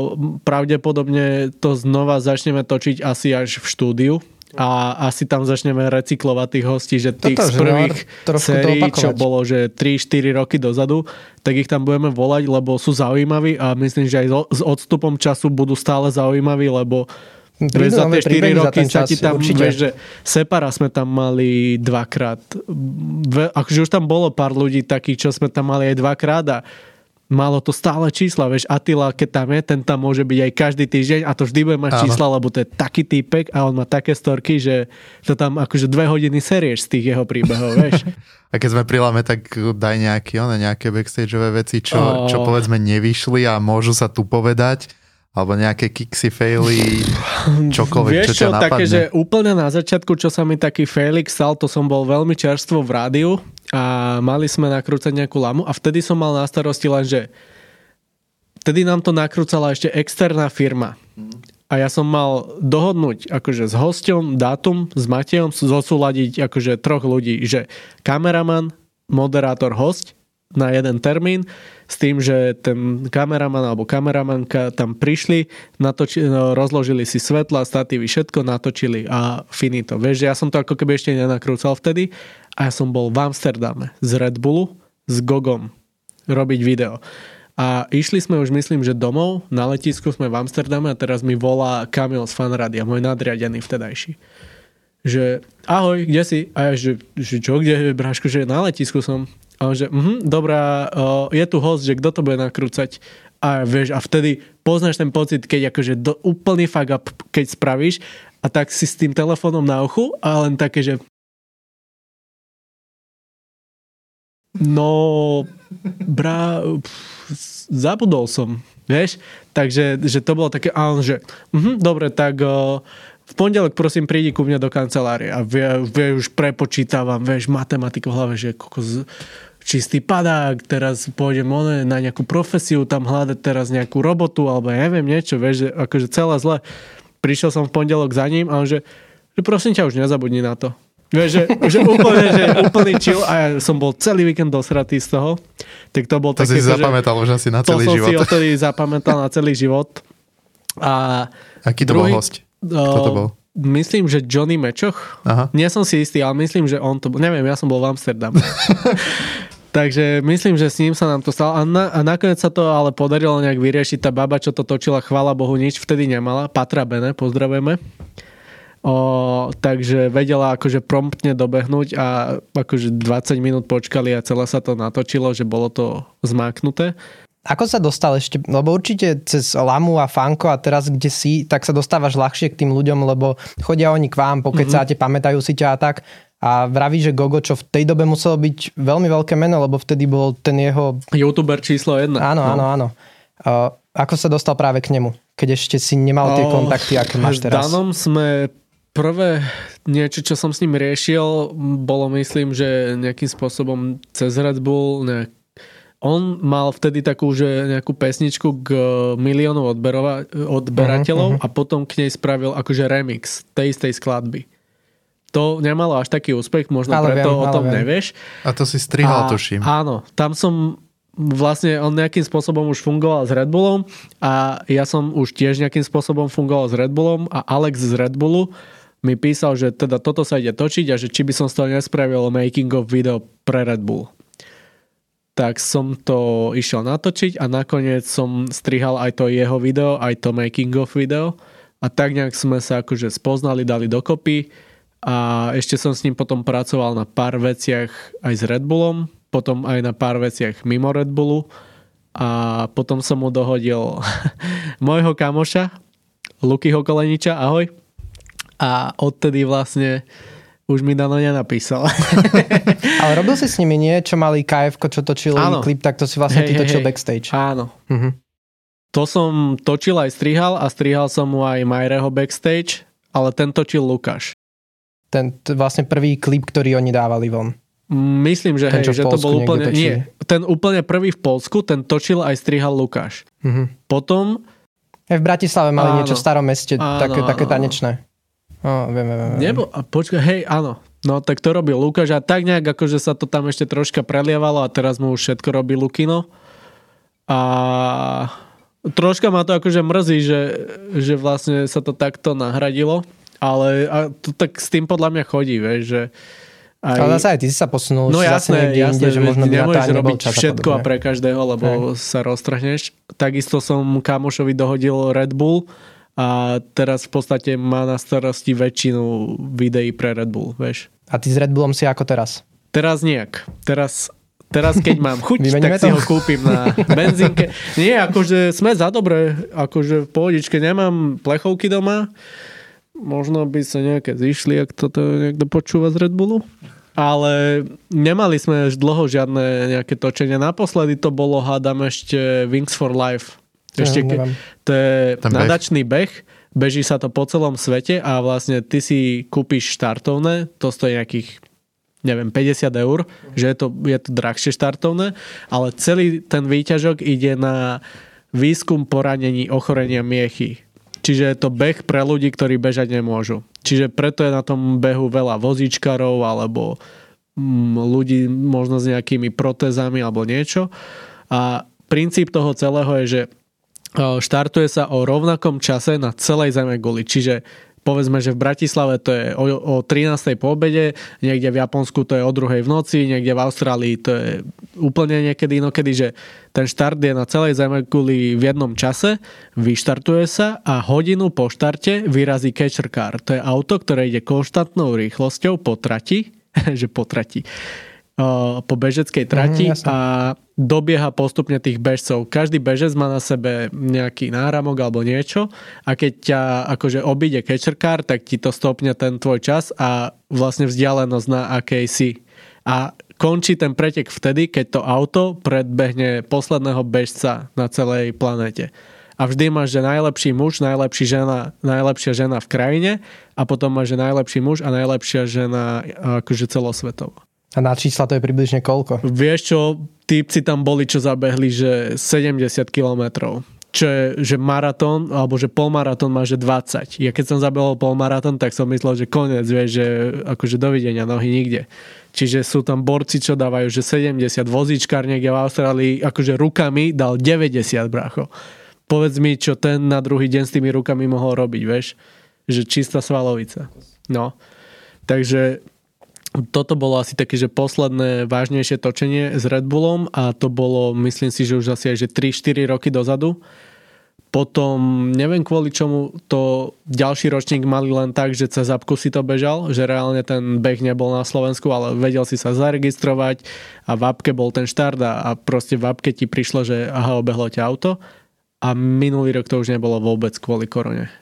pravdepodobne to znova začneme točiť asi až v štúdiu. A asi tam začneme recyklovať tých hostí, že tých Toto, z prvých sérií, čo bolo, že tri štyri roky dozadu, tak ich tam budeme volať, lebo sú zaujímaví a myslím, že aj s odstupom času budú stále zaujímaví, lebo vieš, za tie štyri roky sa ti tam, vieš, že Separa sme tam mali dvakrát. Akože už tam bolo pár ľudí takých, čo sme tam mali aj dvakrát a malo to stále čísla, vieš, Attila, keď tam je, ten tam môže byť aj každý týždeň a to vždy bude mať čísla, lebo to je taký týpek a on má také storky, že to tam akože dve hodiny serieš z tých jeho príbehov, vieš. A keď sme pri Lame, tak daj nejaké, one, nejaké backstageové veci, čo, oh. čo povedzme nevyšli a môžu sa tu povedať, alebo nejaké kiksy, faily, čokoľvek, vieš čo ťa čo, napadne. Také, že úplne na začiatku, čo sa mi taký failik stal, to som bol veľmi čerstvo v rádiu a mali sme nakrúcať nejakú Lamu a vtedy som mal na starosti len, že vtedy nám to nakrúcala ešte externá firma. A ja som mal dohodnúť akože s hosťom, dátum, s Matejom, zosúladiť akože troch ľudí, že kameraman, moderátor, host na jeden termín, s tým, že ten kameraman alebo kameramanka tam prišli, natoči, no, rozložili si svetla, statívy, všetko natočili a finito. Vieš, ja som to ako keby ešte nenakrúcal vtedy a ja som bol v Amsterdame z Red Bullu s Gogom robiť video. A išli sme už, myslím, že domov, na letisku sme v Amsterdame a teraz mi volá Kamil z Fanradia, môj nadriadený vtedajší. Že ahoj, kde si? A ja, že, že čo, kde, brášku, že na letisku som. A on že, mhm, dobrá, uh, je tu host, že kto to bude nakrúcať. A vieš, a vtedy poznáš ten pocit, keď akože do, úplný fuck up, keď spravíš a tak si s tým telefónom na uchu a len také, že no brá, pff, zabudol som, vieš. Takže že to bolo také, a on že, mhm, dobre, tak uh, v pondelok prosím prídi ku mne do kancelárie a vie, vie už prepočítavam, vieš, matematiku v hlave, že kokos, čistý padák, teraz pôjdem one, na nejakú profesiu, tam hľadať teraz nejakú robotu, alebo ja neviem niečo, vieš, že akože celé zle. Prišiel som v pondelok za ním a on že, že prosím ťa, už nezabudni na to. Vieš, že, že úplne, že úplný chill a ja som bol celý víkend dosratý z toho. Tak to bol to také, si zapamätal už asi na celý to život. To som si odtedy zapamätal na celý život. A aký to druhý, bol host? Kto to bol? Myslím, že Johnny Mečoch. Aha. Nie som si istý, ale myslím, že on to bol. Neviem, ja som bol v Amsterdame. Takže myslím, že s ním sa nám to stalo. A, na, a nakoniec sa to ale podarilo nejak vyriešiť. Tá baba, čo to točila, chvála Bohu, nič vtedy nemala. Patra Bene, pozdravujeme. O, takže vedela akože promptne dobehnúť a akože dvadsať minút počkali a celé sa to natočilo, že bolo to zmáknuté. Ako sa dostal ešte, lebo určite cez Lamu a Fanko a teraz kde si, tak sa dostávaš ľahšie k tým ľuďom, lebo chodia oni k vám, pokecáte, mm-hmm. pamätajú si ťa a tak. A vraví, že Gogo, čo v tej dobe muselo byť veľmi veľké meno, lebo vtedy bol ten jeho... YouTuber číslo jedna. Áno, no. áno, áno. Uh, ako sa dostal práve k nemu, keď ešte si nemal tie kontakty, aké máš teraz? S Danom sme prvé niečo, čo som s ním riešil, bolo myslím, že nejakým spôsobom cez Red Bull, nejak... on mal vtedy takú, že nejakú pesničku k miliónu odberova... odberateľov uh-huh, uh-huh. a potom k nej spravil akože remix tej istej skladby. To nemalo až taký úspech, možno ale preto viem, o tom viem. Nevieš. A to si strihal, tuším. Áno, tam som vlastne, on nejakým spôsobom už fungoval s Red Bullom a ja som už tiež nejakým spôsobom fungoval s Red Bullom a Alex z Red Bullu mi písal, že teda toto sa ide točiť a že či by som z toho nespravil making of video pre Red Bull. Tak som to išiel natočiť a nakoniec som strihal aj to jeho video, aj to making of video a tak nejak sme sa akože spoznali, dali dokopy a ešte som s ním potom pracoval na pár veciach aj s Red Bullom, potom aj na pár veciach mimo Red Bullu a potom som mu dohodil môjho kamoša Lukyho Koleniča, ahoj. A odtedy vlastne už mi Dano nenapísal. Ale robil si s nimi nie? Čo mali ká efko, čo točil klip, tak to si vlastne hey, ty točil hey, backstage. Áno. Uh-huh. To som točil aj strihal a strihal som mu aj Majreho backstage, ale ten točil Lukáš. Ten t- vlastne prvý klip, ktorý oni dávali von. Myslím, že, hej, že to bol úplne... Nie, ten úplne prvý v Poľsku, ten točil aj strihal Lukáš. Uh-huh. Potom... Aj v Bratislave mali áno, niečo v starom meste, áno, také, také áno. tanečné. Oh, viem, viem, viem. Nebo, a počkaj, hej, áno. No tak to robil Lukáš a tak nejak akože sa to tam ešte troška prelievalo a teraz mu už všetko robí Lukino. A troška ma to akože mrzí, že, že vlastne sa to takto nahradilo, ale a to tak s tým podľa mňa chodí, vieš, že aj... Ale zase aj ty si sa posunul. No jasné, jasné, inde, že možno nemôžeš robiť všetko a pre každého, lebo aj. sa roztrhneš. Takisto som kamošovi dohodil Red Bull a teraz v podstate má na starosti väčšinu videí pre Red Bull, vieš. A ty s Red Bullom si ako teraz? Teraz nejak. Teraz, teraz keď mám chuť, tak to? Si ho kúpim na benzínke. Nie, akože sme za dobre, akože v pohodičke, nemám plechovky doma. Možno by sa nejaké zišli, ak toto niekto počúva z Red Bullu. Ale nemali sme už dlho žiadne nejaké točenia. Naposledy to bolo, hádam, ešte Wings for Life. Ešte, ja, to je nadačný beh, beží sa to po celom svete a vlastne ty si kúpiš štartovné, to stojí nejakých, neviem, päťdesiat eur, že je to, je to drahšie štartovné, ale celý ten výťažok ide na výskum poranení ochorenia miechy. Čiže je to beh pre ľudí, ktorí bežať nemôžu. Čiže preto je na tom behu veľa vozíčkarov alebo mm, ľudí možno s nejakými protézami alebo niečo. A princíp toho celého je, že štartuje sa o rovnakom čase na celej Zemeguli. Čiže povedzme, že v Bratislave to je o, o trinástej po obede, niekde v Japonsku to je o druhej v noci, niekde v Austrálii to je úplne niekedy inokedy, že ten štart je na celej Zemeguli v jednom čase, vyštartuje sa a hodinu po štarte vyrazí catcher car. To je auto, ktoré ide konštantnou rýchlosťou po trati, že po trati, po bežeckej trati mm, a dobieha postupne tých bežcov. Každý bežec má na sebe nejaký náramok alebo niečo a keď ťa akože obíde catcher car, tak ti to stopne ten tvoj čas a vlastne vzdialenosť na akej si. A končí ten pretek vtedy, keď to auto predbehne posledného bežca na celej planete. A vždy máš, že najlepší muž, najlepší žena, najlepšia žena v krajine a potom máš, že najlepší muž a najlepšia žena akože celosvetovo. A na čísla to je približne koľko? Vieš čo, típci tam boli, čo zabehli, že sedemdesiat kilometrov. Čo je, že maratón, alebo že polmaratón má, že dvadsať. Ja keď som zabehol polmaratón, tak som myslel, že koniec, vieš, že akože dovidenia, nohy nikde. Čiže sú tam borci, čo dávajú, že sedemdesiat, vozíčkár niekde v Austrálii, akože rukami dal deväťdesiat, brácho. Povedz mi, čo ten na druhý deň s tými rukami mohol robiť, vieš? Že čistá svalovica. No. Takže toto bolo asi také, že posledné vážnejšie točenie s Red Bullom a to bolo, myslím si, že už asi aj že tri štyri roky dozadu. Potom neviem kvôli čomu to ďalší ročník mali len tak, že cez apku si to bežal, že reálne ten beh nebol na Slovensku, ale vedel si sa zaregistrovať a v apke bol ten štart a, a proste v apke ti prišlo, že aha, obehlo ťa auto a minulý rok to už nebolo vôbec kvôli korone.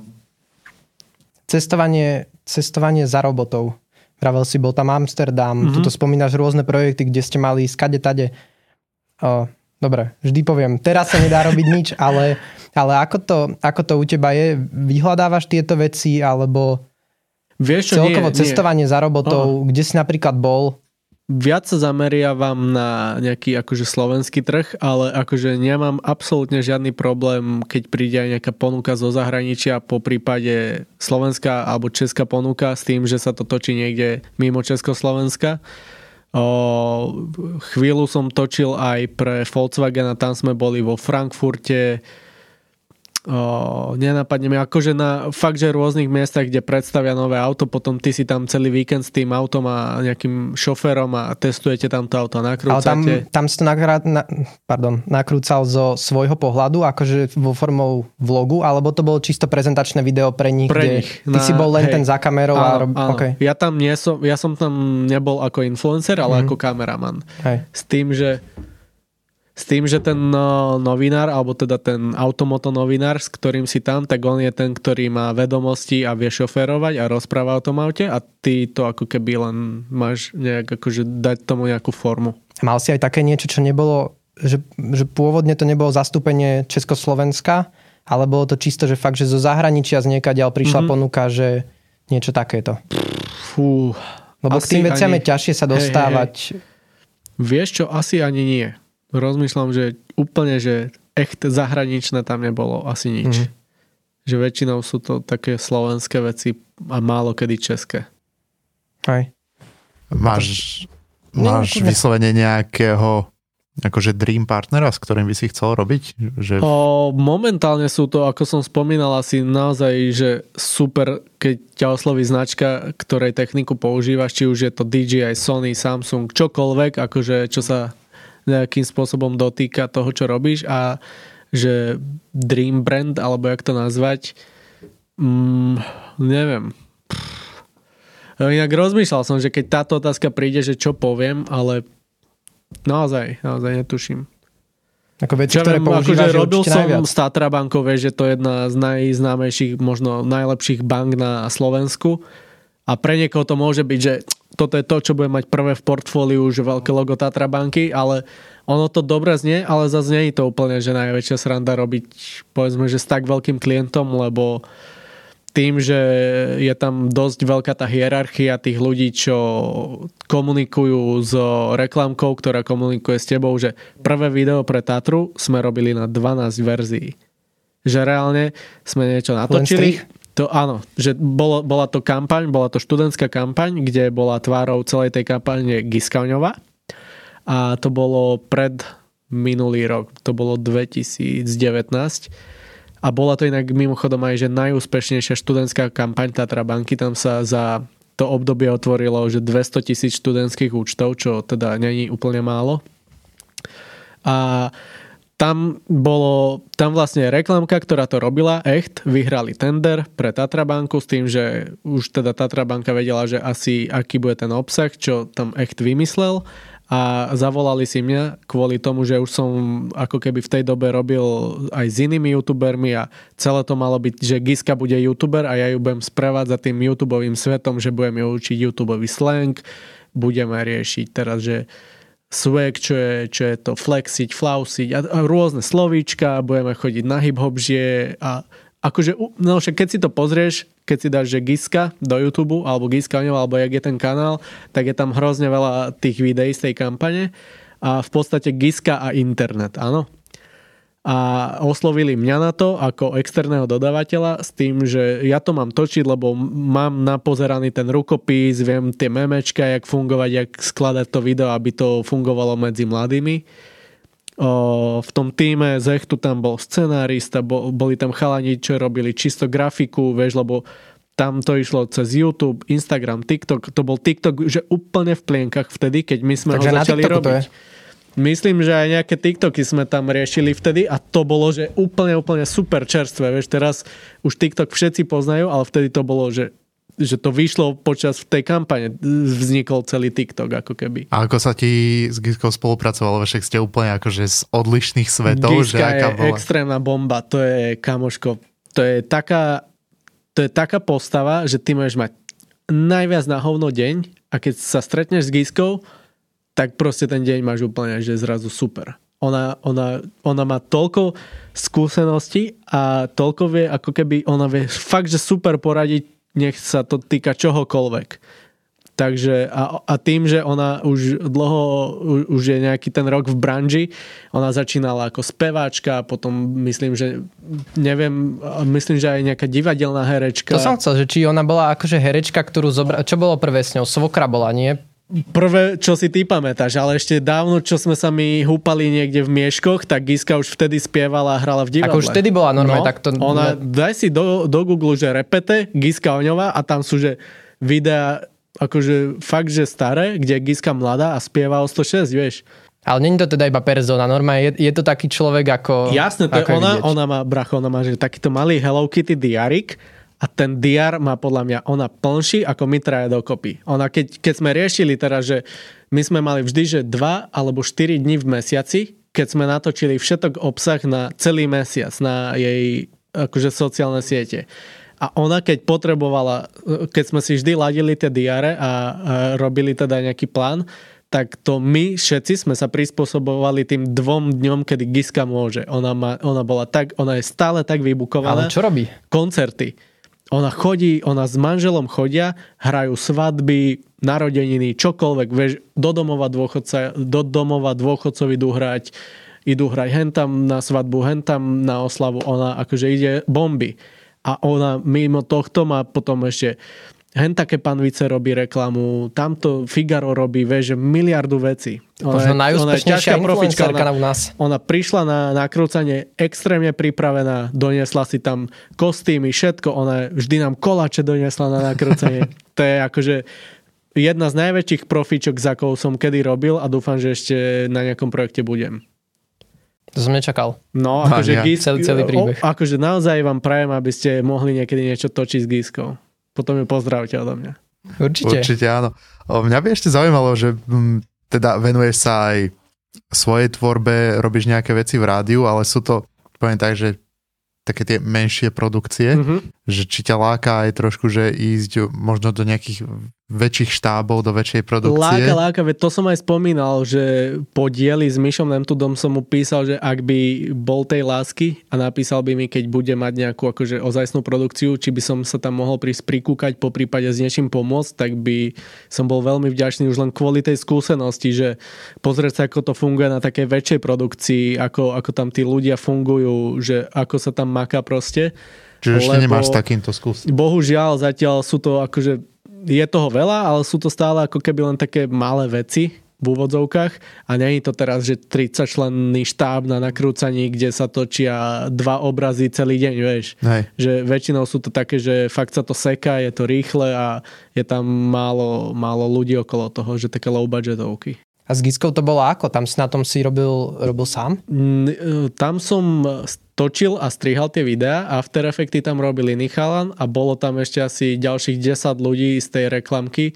Cestovanie, cestovanie za robotov. Vravel si, bol tam Amsterdam, mm-hmm. tuto spomínaš rôzne projekty, kde ste mali skade tade. O, dobre, vždy poviem, teraz sa nedá robiť nič, ale, ale ako, to, ako to u teba je? Vyhľadávaš tieto veci, alebo vieš čo, celkovo nie, cestovanie nie. za robotov, oh. kde si napríklad bol? Viac sa zameriavam na nejaký akože slovenský trh, ale akože nemám absolútne žiadny problém, keď príde aj nejaká ponuka zo zahraničia, po prípade slovenská alebo česká ponuka s tým, že sa to točí niekde mimo Československa. O, chvíľu som točil aj pre Volkswagen a tam sme boli vo Frankfurte. O, nenapadne mi, akože na fakt, že rôznych miestach, kde predstavia nové auto, potom ty si tam celý víkend s tým autom a nejakým šoférom a testujete tam to auto, nakrúcate. Ale tam, tam si to nakrát, na, pardon, nakrúcal zo svojho pohľadu, akože vo formou vlogu, alebo to bolo čisto prezentačné video pre nich, pre kde nich, ty na, si bol len hej, ten za kamerou. áno, a rob... áno. Okay. Ja tam nie som, ja som tam nebol ako influencer, ale mm. ako kameraman. Hej. S tým, že S tým, že ten no, novinár, alebo teda ten automoto novinár, s ktorým si tam, tak on je ten, ktorý má vedomosti a vie šoférovať a rozpráva o tom aute a ty to ako keby len máš nejak akože dať tomu nejakú formu. Mal si aj také niečo, čo nebolo, že, že pôvodne to nebolo zastúpenie Československa, ale bolo to čisto, že fakt, že zo zahraničia z niekaďaľ prišla mm-hmm. ponuka, že niečo takéto. Fú, lebo k tým veciam je ťažšie sa dostávať. Hej, hej. Vieš čo, asi ani nie. Rozmýšľam, že úplne, že echt zahraničné tam nebolo asi nič. Mm. Že väčšinou sú to také slovenské veci a málo kedy české. Aj. Máš, máš vyslovene nejakého akože dream partnera, s ktorým by si chcel robiť? Že... O, momentálne sú to, ako som spomínal, asi naozaj, že super, keď ťa osloví značka, ktorej techniku používaš, či už je to dé jé í, Sony, Samsung, čokoľvek, akože čo sa nejakým spôsobom dotýka toho, čo robíš a že dream brand, alebo jak to nazvať, mm, neviem. Pff. Inak rozmýšľal som, že keď táto otázka príde, že čo poviem, ale naozaj, naozaj netuším. Ako veci, ktoré používaš, akože robil som najviac. s Tatra bankou, vieš, že to je jedna z najznámejších, možno najlepších bank na Slovensku a pre niekoho to môže byť, že toto je to, čo bude mať prvé v portfóliu, že veľké logo Tatra banky, ale ono to dobre znie, ale zase nie je to úplne, že najväčšia sranda robiť, povedzme, že s tak veľkým klientom, lebo tým, že je tam dosť veľká tá hierarchia tých ľudí, čo komunikujú s reklamkou, ktorá komunikuje s tebou, že prvé video pre Tatru sme robili na dvanásť verzií. Že reálne sme niečo natočili. To áno, že bolo, bola to kampaň, bola to študentská kampaň, kde bola tvárou celej tej kampane Giskaňová a to bolo pred minulý rok, to bolo dvetisícdevätnásť a bola to inak mimochodom aj, že najúspešnejšia študentská kampaň Tatra banky, tam sa za to obdobie otvorilo, že dvestotisíc študentských účtov, čo teda není úplne málo. A Tam bolo, tam vlastne reklamka, ktorá to robila, echt, vyhrali tender pre Tatra banku s tým, že už teda Tatra banka vedela, že asi aký bude ten obsah, čo tam echt vymyslel a zavolali si mňa kvôli tomu, že už som ako keby v tej dobe robil aj s inými youtubermi a celé to malo byť, že Giska bude youtuber a ja ju budem sprevádzať tým youtubovým svetom, že budem ju učiť youtubový slang, budeme riešiť teraz, že swag, čo je, čo je to flexiť, flausiť a, a rôzne slovíčka, budeme chodiť na hip-hop žie a akože, no však keď si to pozrieš, keď si dáš, že Giska do YouTube alebo Giskaňov, alebo jak je ten kanál, tak je tam hrozne veľa tých videí z tej kampane a v podstate Giska a internet, áno. A oslovili mňa na to ako externého dodávateľa s tým, že ja to mám točiť, lebo mám napozeraný ten rukopis, viem tie memečka, jak fungovať, jak skladať to video, aby to fungovalo medzi mladými. O, v tom týme z Echtu tam bol scenárista, bol, boli tam chalani, čo robili čisto grafiku, vieš, lebo tam to išlo cez YouTube, Instagram, TikTok. To bol TikTok, že úplne v plienkach vtedy, keď my sme Takže ho začali robiť. Myslím, že aj nejaké TikToky sme tam riešili vtedy a to bolo, že úplne, úplne super čerstvé. Vieš, teraz už TikTok všetci poznajú, ale vtedy to bolo, že že to vyšlo počas tej kampane, vznikol celý TikTok ako keby. A ako sa ti s Giskou spolupracovalo? Však ste úplne akože z odlišných svetov. Giska že aká je bola? extrémna bomba, to je, kamoško, to je taká to je taká postava, že ty môžeš mať najviac na hovno deň a keď sa stretneš s Giskou, tak proste ten deň máš úplne, že zrazu super. Ona, ona, ona má toľko skúseností a toľko vie, ako keby ona vie fakt, že super poradiť, nech sa to týka čohokoľvek. Takže a, a tým, že ona už dlho, už je nejaký ten rok v branži, ona začínala ako speváčka, potom myslím, že neviem, myslím, že aj nejaká divadelná herečka. To som chcel, že či ona bola akože herečka, ktorú zobra... Čo bolo prvé s ňou? Svokra bola, nie? Prvé, čo si ty pamätáš, ale ešte dávno, čo sme sa my húpali niekde v Mieškoch, tak Giska už vtedy spievala a hrala v divadle. Ako už vtedy bola normálne, no, tak to... Ona, daj si do, do Google, že repete, Giska Oňová a tam sú, že videá, akože fakt, že staré, kde je Giska mladá a spieva o sto šesť, vieš. Ale není to teda iba persona, normálne je, je to taký človek ako... Jasné, to je ona, ona má, bracho, ona má, že takýto malý Hello Kitty diarik. A ten diar má podľa mňa, ona plnší ako my traja dokopy. Ona, keď, keď sme riešili teraz, že my sme mali vždy, že dva alebo štyri dní v mesiaci, keď sme natočili všetok obsah na celý mesiac, na jej akože sociálne siete. A ona, keď potrebovala, keď sme si vždy ladili tie diare a, a robili teda nejaký plán, tak to my všetci sme sa prispôsobovali tým dvom dňom, kedy Giska môže. Ona, má, ona bola tak, ona je stále tak vybukovaná. Ale čo robí? Koncerty. Ona chodí, ona s manželom chodia, hrajú svadby, narodeniny, čokoľvek, vieš, do domova dôchodca, do domova dôchodcov idú hrať, idú hrať hentam na svadbu, hentam na oslavu, ona akože ide bomby. A ona mimo tohto má potom ešte hen také Panvice robí reklamu, tamto Figaro robí, vieš, že miliardu vecí. Možno najúspešnejšia influencerka u nás. Ona prišla na nakrúcanie extrémne pripravená, doniesla si tam kostýmy, všetko, ona vždy nám koláče doniesla na nakrúcanie. To je akože jedna z najväčších profíčok, za akou som kedy robil a dúfam, že ešte na nejakom projekte budem. To som nečakal. No, akože Gisk, celý, celý príbeh. O, akože naozaj vám prajem, aby ste mohli niekedy niečo točiť s Giskou. Potom ju pozdravte odo mňa. Určite. Určite áno. O, mňa by ešte zaujímalo, že m, teda venuješ sa aj svojej tvorbe, robíš nejaké veci v rádiu, ale sú to, poviem tak, že také tie menšie produkcie, mm-hmm. že či ťa láka aj trošku, že ísť možno do nejakých väčších štábov, do väčšej produkcie. Láka, láka, veď to som aj spomínal, že po dieli s Mišom Nemtudom som mu písal, že ak by bol tej lásky a napísal by mi, keď bude mať nejakú akože ozajstnú produkciu, či by som sa tam mohol prísť prikúkať, po prípade s niečím pomôcť, tak by som bol veľmi vďačný už len kvôli tej skúsenosti, že pozrieť sa, ako to funguje na takej väčšej produkcii, ako, ako tam tí ľudia fungujú, že ako sa tam maká proste. Čiže ešte nemáš takýmto skús. Bohužiaľ, zatiaľ sú to akože je toho veľa, ale sú to stále ako keby len také malé veci v úvodzovkách a nie je to teraz, že tridsaťčlenný štáb na nakrúcaní, kde sa točia dva obrazy celý deň, vieš. Hej. Že väčšinou sú to také, že fakt sa to seká, je to rýchle a je tam málo, málo ľudí okolo toho, že také low budgetovky. A s Giskou to bolo ako? Tam si na tom si robil, robil sám? Tam som točil a strihal tie videá, After Effecty tam robil iný chalan a bolo tam ešte asi ďalších desať ľudí z tej reklamky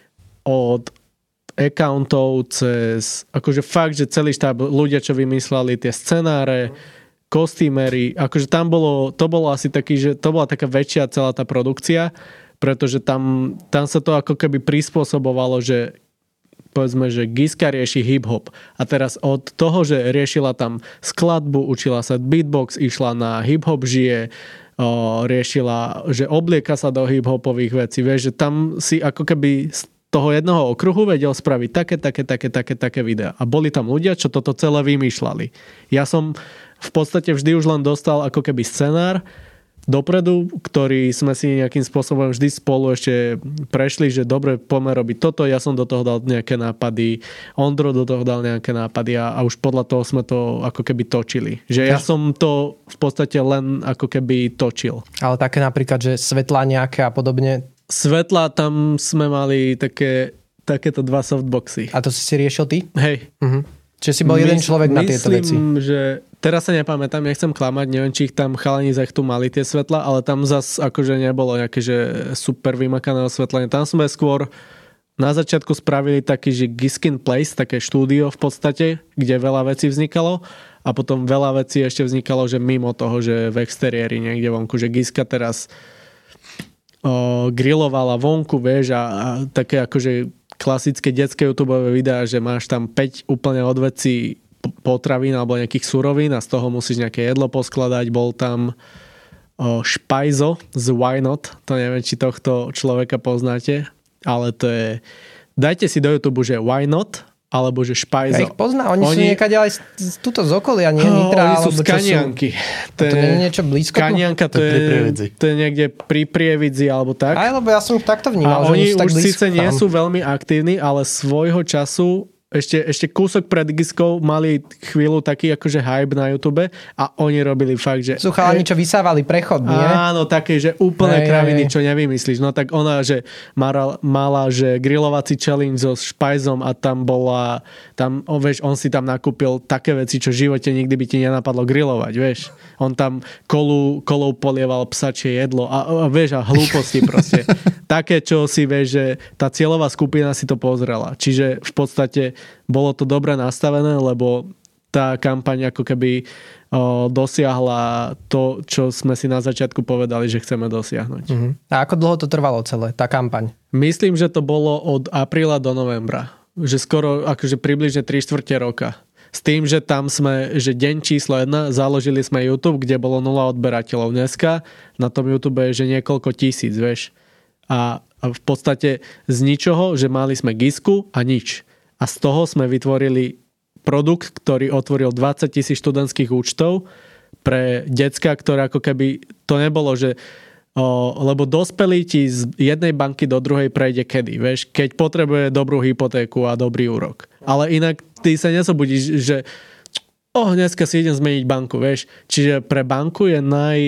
od accountov cez, akože fakt, že celý štáb, ľudia, čo vymysleli tie scenáre, kostýmery, akože tam bolo, to bolo asi taký, že to bola taká väčšia celá tá produkcia, pretože tam, tam sa to ako keby prispôsobovalo, že povedzme, že Giska rieši hip-hop a teraz od toho, že riešila tam skladbu, učila sa beatbox, išla na hip-hop žije, o, riešila, že oblieka sa do hip-hopových vecí, vieš, že tam si ako keby z toho jednoho okruhu vedel spraviť také, také, také, také, také videá. A boli tam ľudia, čo toto celé vymýšľali. Ja som v podstate vždy už len dostal ako keby scenár dopredu, ktorý sme si nejakým spôsobom vždy spolu ešte prešli, že dobre, poďme robiť toto, ja som do toho dal nejaké nápady, Ondro do toho dal nejaké nápady a, a už podľa toho sme to ako keby točili. Že ja som to v podstate len ako keby točil. Ale také napríklad, že svetlá nejaké a podobne. Svetla, tam sme mali také, takéto dva softboxy. A to si si riešil ty? Hej. Uh-huh. Čiže si bol jeden Mys- človek na tieto veci. Myslím, že teraz sa nepamätám, nechcem klamať, neviem, či ich tam chalani z Echtu mali tie svetla, ale tam zas akože nebolo nejaké, že super vymakané osvetlenie. Tam sme skôr na začiatku spravili taký, že Giskin Place, také štúdio v podstate, kde veľa vecí vznikalo a potom veľa vecí ešte vznikalo, že mimo toho, že v exteriéri niekde vonku, že Giska teraz o, grilovala vonku, vieš, a, a také akože klasické detské YouTubeové videá, že máš tam päť úplne odvecí potravín alebo nejakých surovín a z toho musíš nejaké jedlo poskladať. Bol tam o, Špajzo z Why Not, to neviem, či tohto človeka poznáte, ale to je, dajte si do YouTube, že Why Not, alebo že Špajzo. Ja ich poznám, oni, oni sú niekade ale z, tuto z okolia, nie oh, Nitra, oni sú alebo z Kanianky. To, to nie je niečo blízko? Kanianka to, to, je, to je niekde pri Prievidzi alebo tak. Aj, lebo ja som ich takto vnímal, a že oni už tak už síce nie tam. sú veľmi aktívni, ale svojho času ešte, ešte kúsok pred Giskou mali chvíľu taký akože hype na YouTube a oni robili fakt, že... Sú chalani, čo vysávali prechod, nie? Áno, také, že úplne hej, kraviny, hej. čo nevymyslíš. No tak ona, že mala, mala že grilovací challenge so Špajzom a tam bola, tam, oh, vieš, on si tam nakúpil také veci, čo v živote nikdy by ti nenapadlo grilovať, vieš. On tam kolu, kolou polieval psačie jedlo a, a vieš, a hlúposti proste. Také, čo si vieš, že tá cieľová skupina si to pozrela. Čiže v podstate bolo to dobre nastavené, lebo tá kampaň ako keby o, dosiahla to, čo sme si na začiatku povedali, že chceme dosiahnuť. Uh-huh. A ako dlho to trvalo celé, tá kampaň? Myslím, že to bolo od apríla do novembra. Že skoro akože približne tri štvrte roka. S tým, že tam sme, že deň číslo jedna, založili sme YouTube, kde bolo nula odberateľov. Dneska na tom YouTube je, že niekoľko tisíc, vieš. A, a v podstate z ničoho, že mali sme Gisku a nič. A z toho sme vytvorili produkt, ktorý otvoril dvadsať tisíc študentských účtov pre decka, ktoré ako keby to nebolo, že o, lebo dospelý ti z jednej banky do druhej prejde kedy, vieš, keď potrebuje dobrú hypotéku a dobrý úrok. Ale inak ty sa nezobudíš, že oh, dneska si idem zmeniť banku, vieš. Čiže pre banku je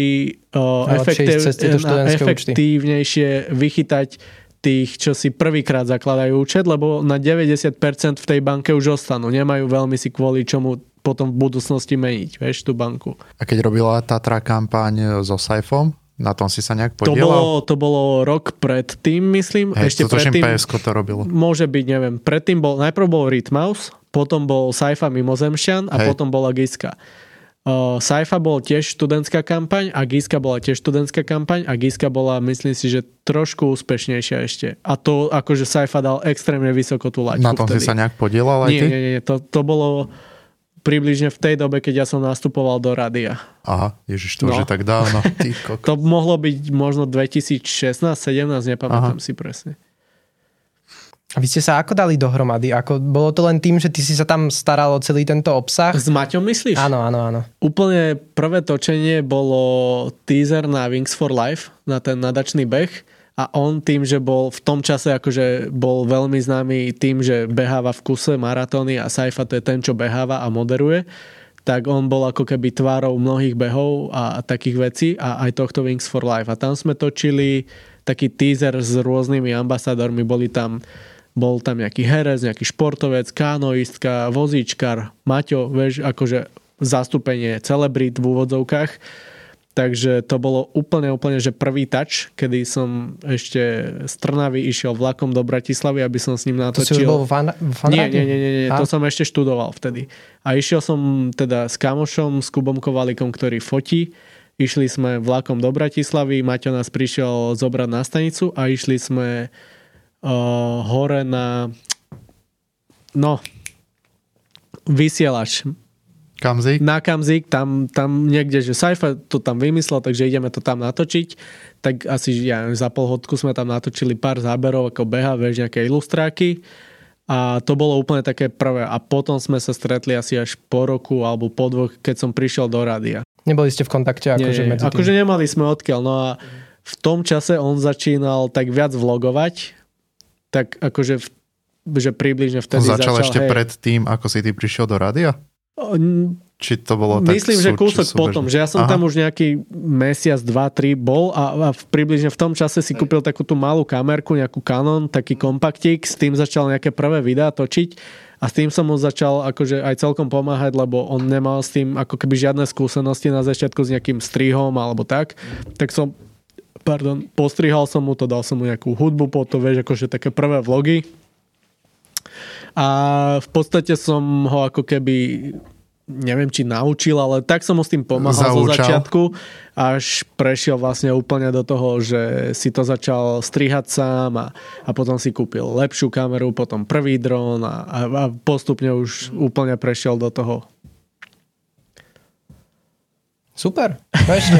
najefektívnejšie vychytať tých, čo si prvýkrát zakladajú účet, lebo na deväťdesiat percent v tej banke už ostanú. Nemajú veľmi si kvôli čomu potom v budúcnosti meniť, vieš, tú banku. A keď robila Tatra kampaň so Saifom, na tom si sa nejak podielal? To bolo, to bolo rok pred tým, myslím. Hej, Ešte to predtým, pé esko to robilo. Môže byť, neviem. Predtým bol, najprv bol Rytmaus, potom bol Saifa Mimozemšťan a Hej. potom bola Giska. Uh, Saifa bol tiež študentská kampaň a Giska bola tiež študentská kampaň a Giska bola, myslím si, že trošku úspešnejšia ešte. A to akože Saifa dal extrémne vysoko tú laťku. Na tom vtedy. si sa nejak podielal aj nie, ty? Nie, nie, nie. To, to bolo približne v tej dobe, keď ja som nastupoval do rádia. Aha, ježiš, to no. už je tak dávno. Ty to mohlo byť možno dvetisícšestnásť sedemnásť, nepamätám Aha. si presne. A vy ste sa ako dali dohromady? Ako, bolo to len tým, že ty si sa tam staral o celý tento obsah? S Maťom myslíš? Áno, áno, áno. Úplne prvé točenie bolo teaser na Wings for Life, na ten nadačný beh. A on tým, že bol v tom čase akože bol veľmi známy tým, že beháva v kuse maratóny a Saifa to je ten, čo beháva a moderuje, tak on bol ako keby tvárou mnohých behov a, a takých vecí a aj tohto Wings for Life. A tam sme točili taký teaser s rôznymi ambasádormi. Boli tam Bol tam nejaký herec, nejaký športovec, kánoistka, vozíčkar, Maťo, vieš, akože zastúpenie celebrít v úvodzovkách. Takže to bolo úplne, úplne, že prvý touch, kedy som ešte z Trnavy išiel vlakom do Bratislavy, aby som s ním natočil. To si už bol v fan- Nie, nie, nie, nie, nie. to som ešte študoval vtedy. A išiel som teda s kamošom, s Kubom Kovalikom, ktorý fotí. Išli sme vlakom do Bratislavy, Maťo nás prišiel zobrať na stanicu a išli sme Uh, hore na no vysielač Kamzik? na Kamzik, tam, tam niekde, že Saifa to tam vymyslel, takže ideme to tam natočiť, tak asi ja, za pol hodku sme tam natočili pár záberov, ako beha, vieš, nejaké ilustráky a to bolo úplne také prvé a potom sme sa stretli asi až po roku alebo po dvoch, keď som prišiel do rádia. Neboli ste v kontakte akože Nie, medzi tým? akože nemali sme odkiaľ, no a v tom čase on začínal tak viac vlogovať, tak akože že približne vtedy začal. začal ešte hej. pred tým, ako si ty prišiel do rádia? či to bolo tak Myslím, že kúsok súbežne. potom, že ja som Aha. tam už nejaký mesiac, dva, tri bol a, a približne v tom čase si kúpil takú tú malú kamerku, nejakú Canon, taký kompaktík, s tým začal nejaké prvé videá točiť a s tým som mu začal akože aj celkom pomáhať, lebo on nemal s tým ako keby žiadne skúsenosti na začiatku s nejakým strihom alebo tak, tak som pardon, postrihal som mu to, dal som mu nejakú hudbu po to, vieš, akože také prvé vlogy a v podstate som ho ako keby neviem, či naučil, ale tak som mu s tým pomáhal zo začiatku, až prešiel vlastne úplne do toho, že si to začal strihať sám a, a potom si kúpil lepšiu kameru, potom prvý dron a, a, a postupne už úplne prešiel do toho. Super, ešte.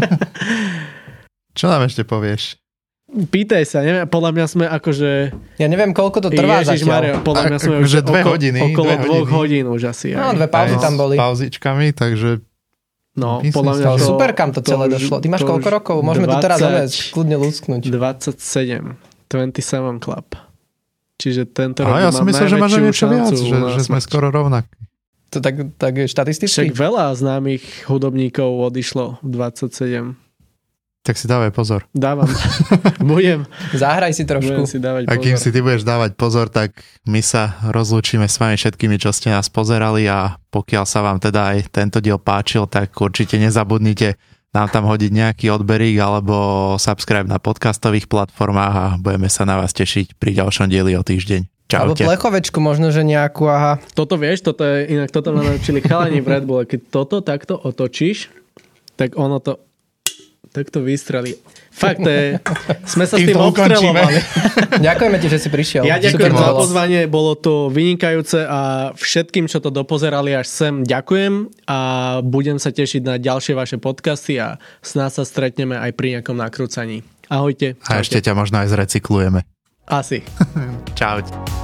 Čo nám ešte povieš? Pýtaj sa, neviem, podľa mňa sme akože... Ja neviem, koľko to trvá Ježiš zatiaľ. Maria, podľa mňa sme A, už dve oko, hodiny, okolo dve dvoch hodiny. hodín už asi. No, aj. dve pauzy tam boli. S pauzičkami, takže... No, Myslím, podľa mňa To, to... super, kam to celé to došlo. Ty máš to koľko už rokov? Môžeme to teraz dvadsať, zaviesť, kľudne lusknúť. dvadsaťsedem. dvadsaťsedem Club. Čiže tento rok A ja som myslel, že máš niečo viac, že, že sme smrť. skoro rovnakí. To tak, tak Však štatisticky? veľa známych hudobníkov odišlo v dvadsaťsedem. Tak si dávaj pozor. Dávam. Budem. Zahraj si trošku. Budem si dávať A kým pozor. si ty budeš dávať pozor, tak my sa rozlúčime s vami všetkými, čo ste nás pozerali a pokiaľ sa vám teda aj tento diel páčil, tak určite nezabudnite nám tam hodiť nejaký odberík alebo subscribe na podcastových platformách a budeme sa na vás tešiť pri ďalšom dieli o týždeň. Alebo Čaute. plechovečku možno, že nejakú, aha. Toto vieš, toto je, inak toto ma naučili chalani v Red Bulle. Keď toto takto otočíš, tak ono to takto vystrelí. Fakt, to je, sme sa s Tým tým to ukončíme. obstrelovali. Ďakujeme ti, že si prišiel. Ja Super ďakujem to za bolo. pozvanie, bolo to vynikajúce a všetkým, čo to dopozerali až sem, ďakujem a budem sa tešiť na ďalšie vaše podcasty a snáď sa stretneme aj pri nejakom nakrúcaní. Ahojte. A ešte ťa možno aj zrecyklujeme. Asi. Čaute.